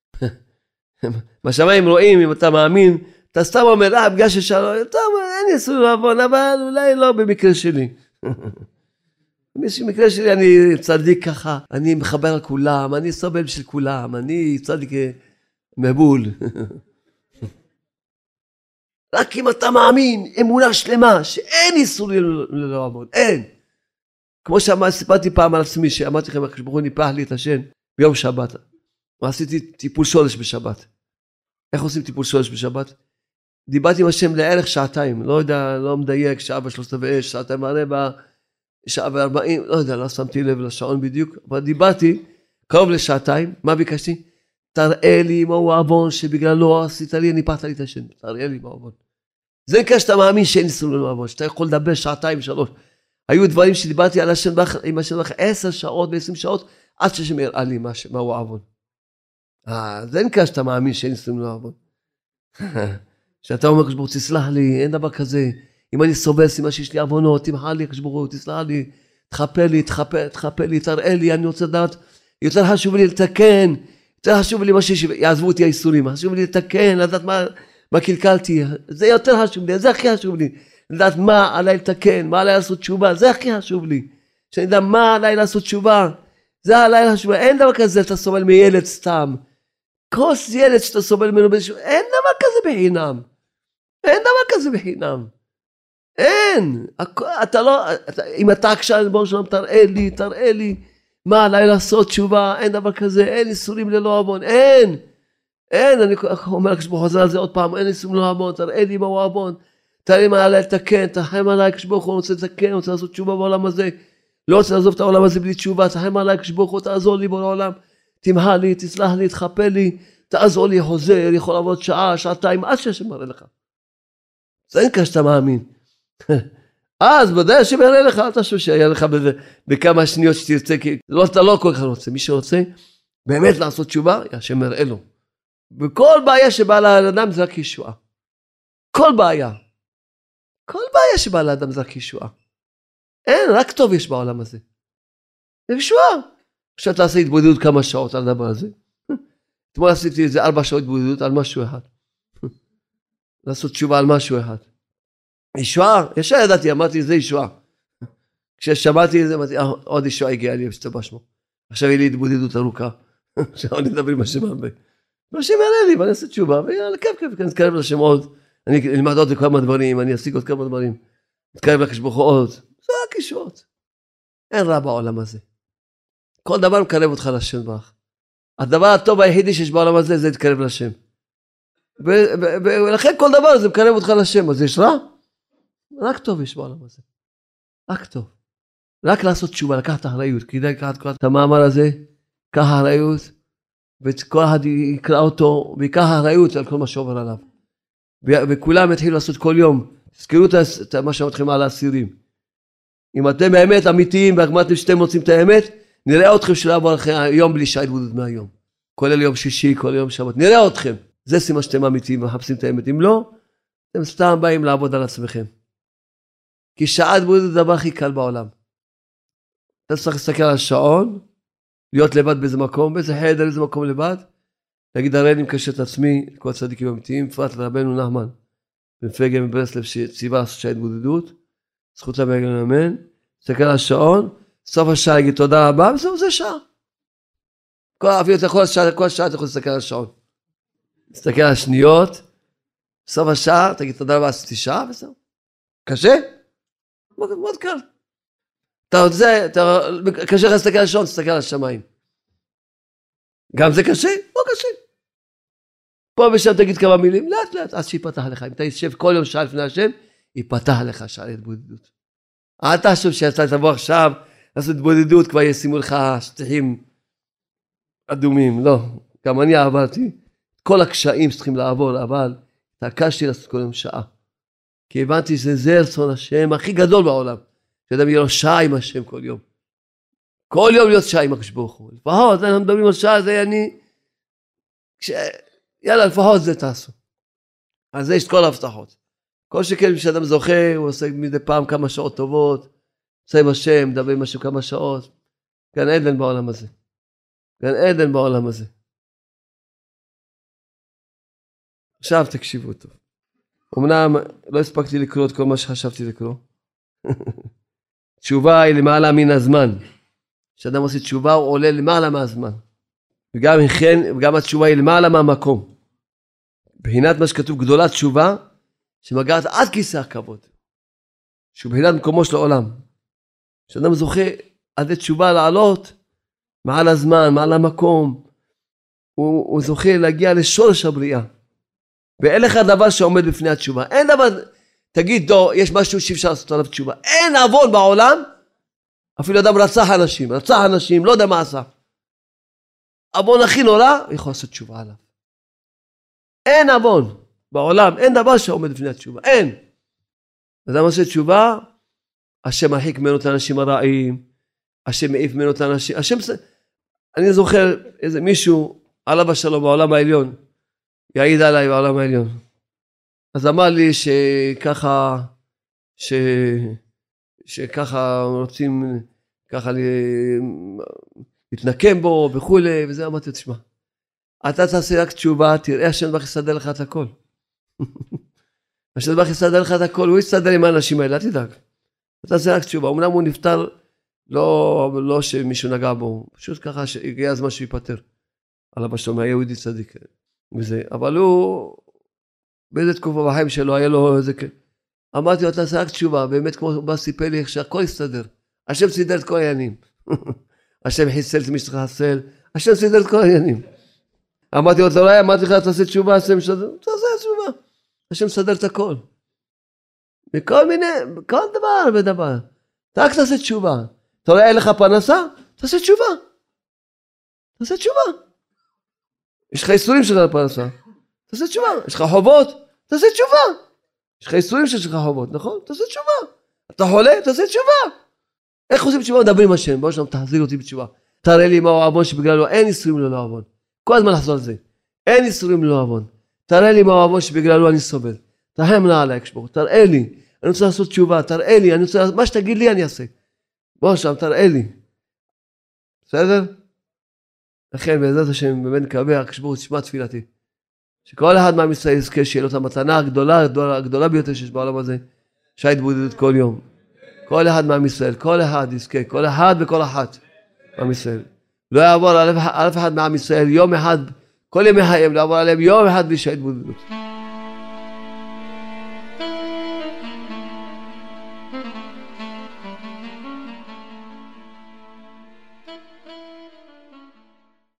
מה שמיים רואים, אם אתה מאמין, אתה סתם אומר, בגלל ששאלו, אין איסורים לא לעוון, אבל אולי לא במקרה שלי. במקרה שלי אני צדיק ככה, אני מחבר על כולם, אני סובל בשביל כולם, אני צדיק מבול. רק אם אתה מאמין, אמונה שלמה, שאין איסורים לא לעוון, אין. כמו שסיפרתי פעם על עצמי, שאמרתי לכם, הקדוש ברוך הוא ניפח לי את השן ביום שבת. ועשיתי טיפול שורש בשבת. איך עושים טיפול שורש בשבת? דיברתי עם השם לערך שעתיים, לא יודע, לא מדייק, שעה ו3/4, שעתיים ורבע, שעה ו40, לא יודע, לא שמתי לב לשעון בדיוק, אבל דיברתי קרוב לשעתיים, מה ביקשתי? תראה לי מהו העוון שבגללו עשית לי, ניפחת לי את השן, תראה לי מהו העוון. זה נקרא שאתה מאמין שאין איסורים לא לעוון, שאתה יכול לדבר שעתיים, 3. היו דברים שדיברתי על השם עם השם 10 שעות ו20 שעות, עד שהשם יראה לי מהו העוון. זה נקרא שאתה מאמין שאין איסורים לא לעוון. שאתה אומר, קדוש ברוך הוא, תסלח לי, אין דבר כזה. אם אני סובל סימן שיש לי עוונות, תמחל לי, קדוש ברוך הוא, תסלח לי, תחפה לי, תראה לי, אני רוצה לדעת, יותר חשוב לי לתקן, יותר חשוב לי מה שיעזבו אותי האיסורים, חשוב לי לתקן, לדעת מה קלקלתי, זה יותר חשוב לי, זה הכי חשוב לי, לדעת מה עליי לתקן, מה עליי לעשות תשובה, זה הכי חשוב לי, שאני יודע מה עליי לעשות תשובה, זה עליי לעשות תשובה, אין דבר כזה, אתה סובל מילד סתם, כוס ילד שאתה סובל ממנו, אין דבר כזה בחינם, אין דבר כזה בחינם, אין, אתה לא, אם אתה עכשיו בוא שלום, תראה לי, מה עליי לעשות תשובה, אין דבר כזה, אין איסורים ללא עוון, אין, אני אומר כשבוא חוזר על זה עוד פעם, אין איסורים ללא עוון, תראה לי מהו עוון, תראה לי מה עליי לתקן, תרחם עליי כשבוא הוא רוצה לתקן, רוצה לעשות תשובה בעולם הזה, לא רוצה לעזוב את העולם הזה בלי תשובה, תרחם עליי כשבוא הוא תעזור לי בעולם, תמחה לי, תסלח לי, תחפה לי, תעזור לי, חוזר, יכול לעבוד שעה, שעתיים, עד שהשם מראה לך. זה אין כאן שאתה מאמין. אז ודאי השם יראה לך, אל תחשוב שיהיה לך בכמה שניות שתרצה, כי אתה לא כל כך רוצה. מי שרוצה באמת לעשות תשובה, השם יראה לו. וכל בעיה שבאה לאדם זה רק ישועה. כל בעיה שבאה לאדם זה רק ישועה. אין, רק טוב יש בעולם הזה. זה ישועה. עכשיו תעשה התבודדות כמה שעות על הדבר הזה. אתמול עשיתי איזה 4 שעות התבודדות על משהו אחד. לעשות תשובה על משהו אחד. ישועה, ישר ידעתי, אמרתי, זה ישועה. כששמעתי את זה, אמרתי, עוד ישועה הגיעה לי, שתבא שמו. עכשיו יהיה לי התבודדות ארוכה. עכשיו אני אדבר עם השם הרבה. והשם יעלה לי, ואני אעשה תשובה, ויאללה, כיף, אני אתקרב לשם עוד. אני אלמד עוד כמה דברים, אני אשיג עוד כמה דברים. אתקרב לקדוש ברוך הוא עוד. זה רק ישועות. אין רע בעולם הזה. כל דבר מקרב אותך לשם ברך. הדבר הטוב היחידי שיש בעולם הזה, זה להתקרב לשם. ולכן כל דבר זה מקרב אותך לשם. אז יש רע? רק טוב יש בעולם הזה. רק טוב. רק לעשות תשובה, לקחת אחריות. כדאי לקחת את המאמר הזה, קח אחריות, וכל אחד יקרא אותו, ויקח אחריות על כל מה שעובר עליו. וכולם יתחילו לעשות כל יום. תזכרו את מה שאמרתם על האסירים. אם אתם באמת אמיתיים, ואתם שאתם רוצים את האמת, נראה אתכם שלעבור אחרי היום בלי שעה התבודדות מהיום. כולל יום שישי, כל יום שבת. נראה אתכם. זה סימן שאתם אמיתיים ומחפשים את האמת. אם לא, אתם סתם באים לעבוד על עצמכם. כי שעה התבודדות זה הדבר הכי קל בעולם. אתה צריך להסתכל על השעון, להיות לבד באיזה מקום, באיזה חדר, באיזה מקום לבד, להגיד, הרי אני מקשר את עצמי, כל הצדיקים אמיתיים, בפרט לרבנו נחמן, בן פגה מברסלב, שציווה לעשות שעה התבודדות, זכות להגן אמן, תסתכל על השעון, סוף השעה להגיד תודה רבה, וזהו, זה שעה. כל שעה אתה יכול להסתכל על השעון. תסתכל על השניות, סוף השעה, תגיד תודה רבה, עשיתי שעה, וזהו. קשה? מאוד קל. אתה קשה לך להסתכל על השעון, תסתכל על השמיים. גם זה קשה? לא קשה. פה ושם תגיד כמה מילים, לאט לאט, אז שיפתח לך. אם אתה יושב כל יום שעה לפני השם, ייפתח לך שעה להתבודדות. אל תחשוב שאתה תבוא עכשיו, לעשות התבודדות, כבר ישימו לך שטיחים אדומים. לא, גם אני עברתי. כל הקשיים שצריכים לעבור, אבל תעקשתי לעשות כל יום שעה. כי הבנתי שזה רצון השם הכי גדול בעולם. שאדם יהיה לו שעה עם השם כל יום. כל יום להיות שעה עם הקדוש ברוך הוא. לפחות, אנחנו מדברים על שעה, זה אני... יאללה, לפחות זה תעשו. אז זה יש כל ההבטחות. כל שכן שאדם זוכה, הוא עושה מדי פעם כמה שעות טובות, עושה עם השם, מדבר עם השם כמה שעות. גן עדן בעולם הזה. גן עדן בעולם הזה. עכשיו תקשיבו טוב. אמנם לא הספקתי לקרוא את כל מה שחשבתי לקרוא. תשובה היא למעלה מן הזמן. כשאדם עושה תשובה הוא עולה למעלה מהזמן. וגם התשובה היא למעלה מהמקום. בחינת מה שכתוב גדולת תשובה, שמגעת עד כיסא הכבוד. שהוא בחינת מקומו של העולם. כשאדם זוכה עד תשובה לעלות, מעל הזמן, מעל המקום, הוא זוכה להגיע לשורש הבריאה. ואין לך דבר שעומד בפני התשובה. אין דבר, תגיד, יש משהו שאפשר לעשות עליו תשובה. אין עוון בעולם, אפילו אדם רצח אנשים, לא יודע מה עשה. עוון הכי נורא, יכול לעשות תשובה עליו. אין עוון בעולם, אין דבר שעומד בפני התשובה, אין. אדם עושה תשובה, השם מרחיק ממנו את האנשים הרעים, השם מעיף ממנו את האנשים, אני זוכר איזה מישהו, עליו השלום בעולם העליון, יעיד עליי בעולם העליון. אז אמר לי שככה רוצים ככה להתנקם בו וכולי, וזה אמרתי, תשמע, אתה תעשה רק תשובה, תראה השם דבר יסדר לך את הכל. השם דבר יסדר לך את הכל, הוא יסדר עם האנשים האלה, אל תדאג. אתה תעשה רק תשובה, אמנם הוא נפטר, לא שמישהו נגע בו, פשוט ככה שהגיע הזמן שהוא ייפטר. עליו השלום, היה יהודי צדיק. וזה, אבל הוא, באיזה תקופה בחיים שלו, היה לו איזה, אמרתי לו, אתה תעשה רק תשובה, באמת כמו הוא בא סיפר לי, שהכל יסתדר. השם סידר את כל העניינים. השם חיסל את מי שצריך לחסל, השם סידר את כל העניינים. אמרתי לו, אולי אמרתי לך, תעשה תשובה, השם מסדר, תעשה תשובה. השם מסדר את הכל. בכל מיני, כל דבר ודבר. אתה רק תעשה תשובה. אתה רואה, אין לך פרנסה? תעשה תשובה. תעשה תשובה. יש לך איסורים שלך לפרנסה. תעשה תשובה. יש לך חובות? תעשה תשובה. יש לך איסורים שיש לך חובות, נכון? תעשה תשובה. אתה חולה? תעשה תשובה. איך עושים תשובה? מדברים עם השם. בוא שם, תחזיר אותי בתשובה. תראה לי מהו העוון שבגללו אין איסורים ללא עוון. כל הזמן לחזור על זה. אין איסורים ללא עוון. תראה לי מהו העוון שבגללו אני סובל. תרחם נא עליי, הקדוש. תראה לי. אני רוצה לעשות תשובה. תראה לי. אני רוצה... מה שתגיד לי אני אעשה. בוא שם, תראה לי. בסדר? לכן בעזרת השם באמת נקווה, הקדוש תשמע תפילתי. שכל אחד מעם ישראל יזכה שיהיה לו את המתנה הגדולה ביותר שיש בעולם הזה. שההתבודדות כל יום. כל אחד מעם ישראל, כל אחד יזכה, כל אחד וכל אחת מעם ישראל. לא יעבור על אף אחד מעם ישראל יום אחד, כל ימי חייהם, לא יעבור עליהם יום אחד בלי שההתבודדות.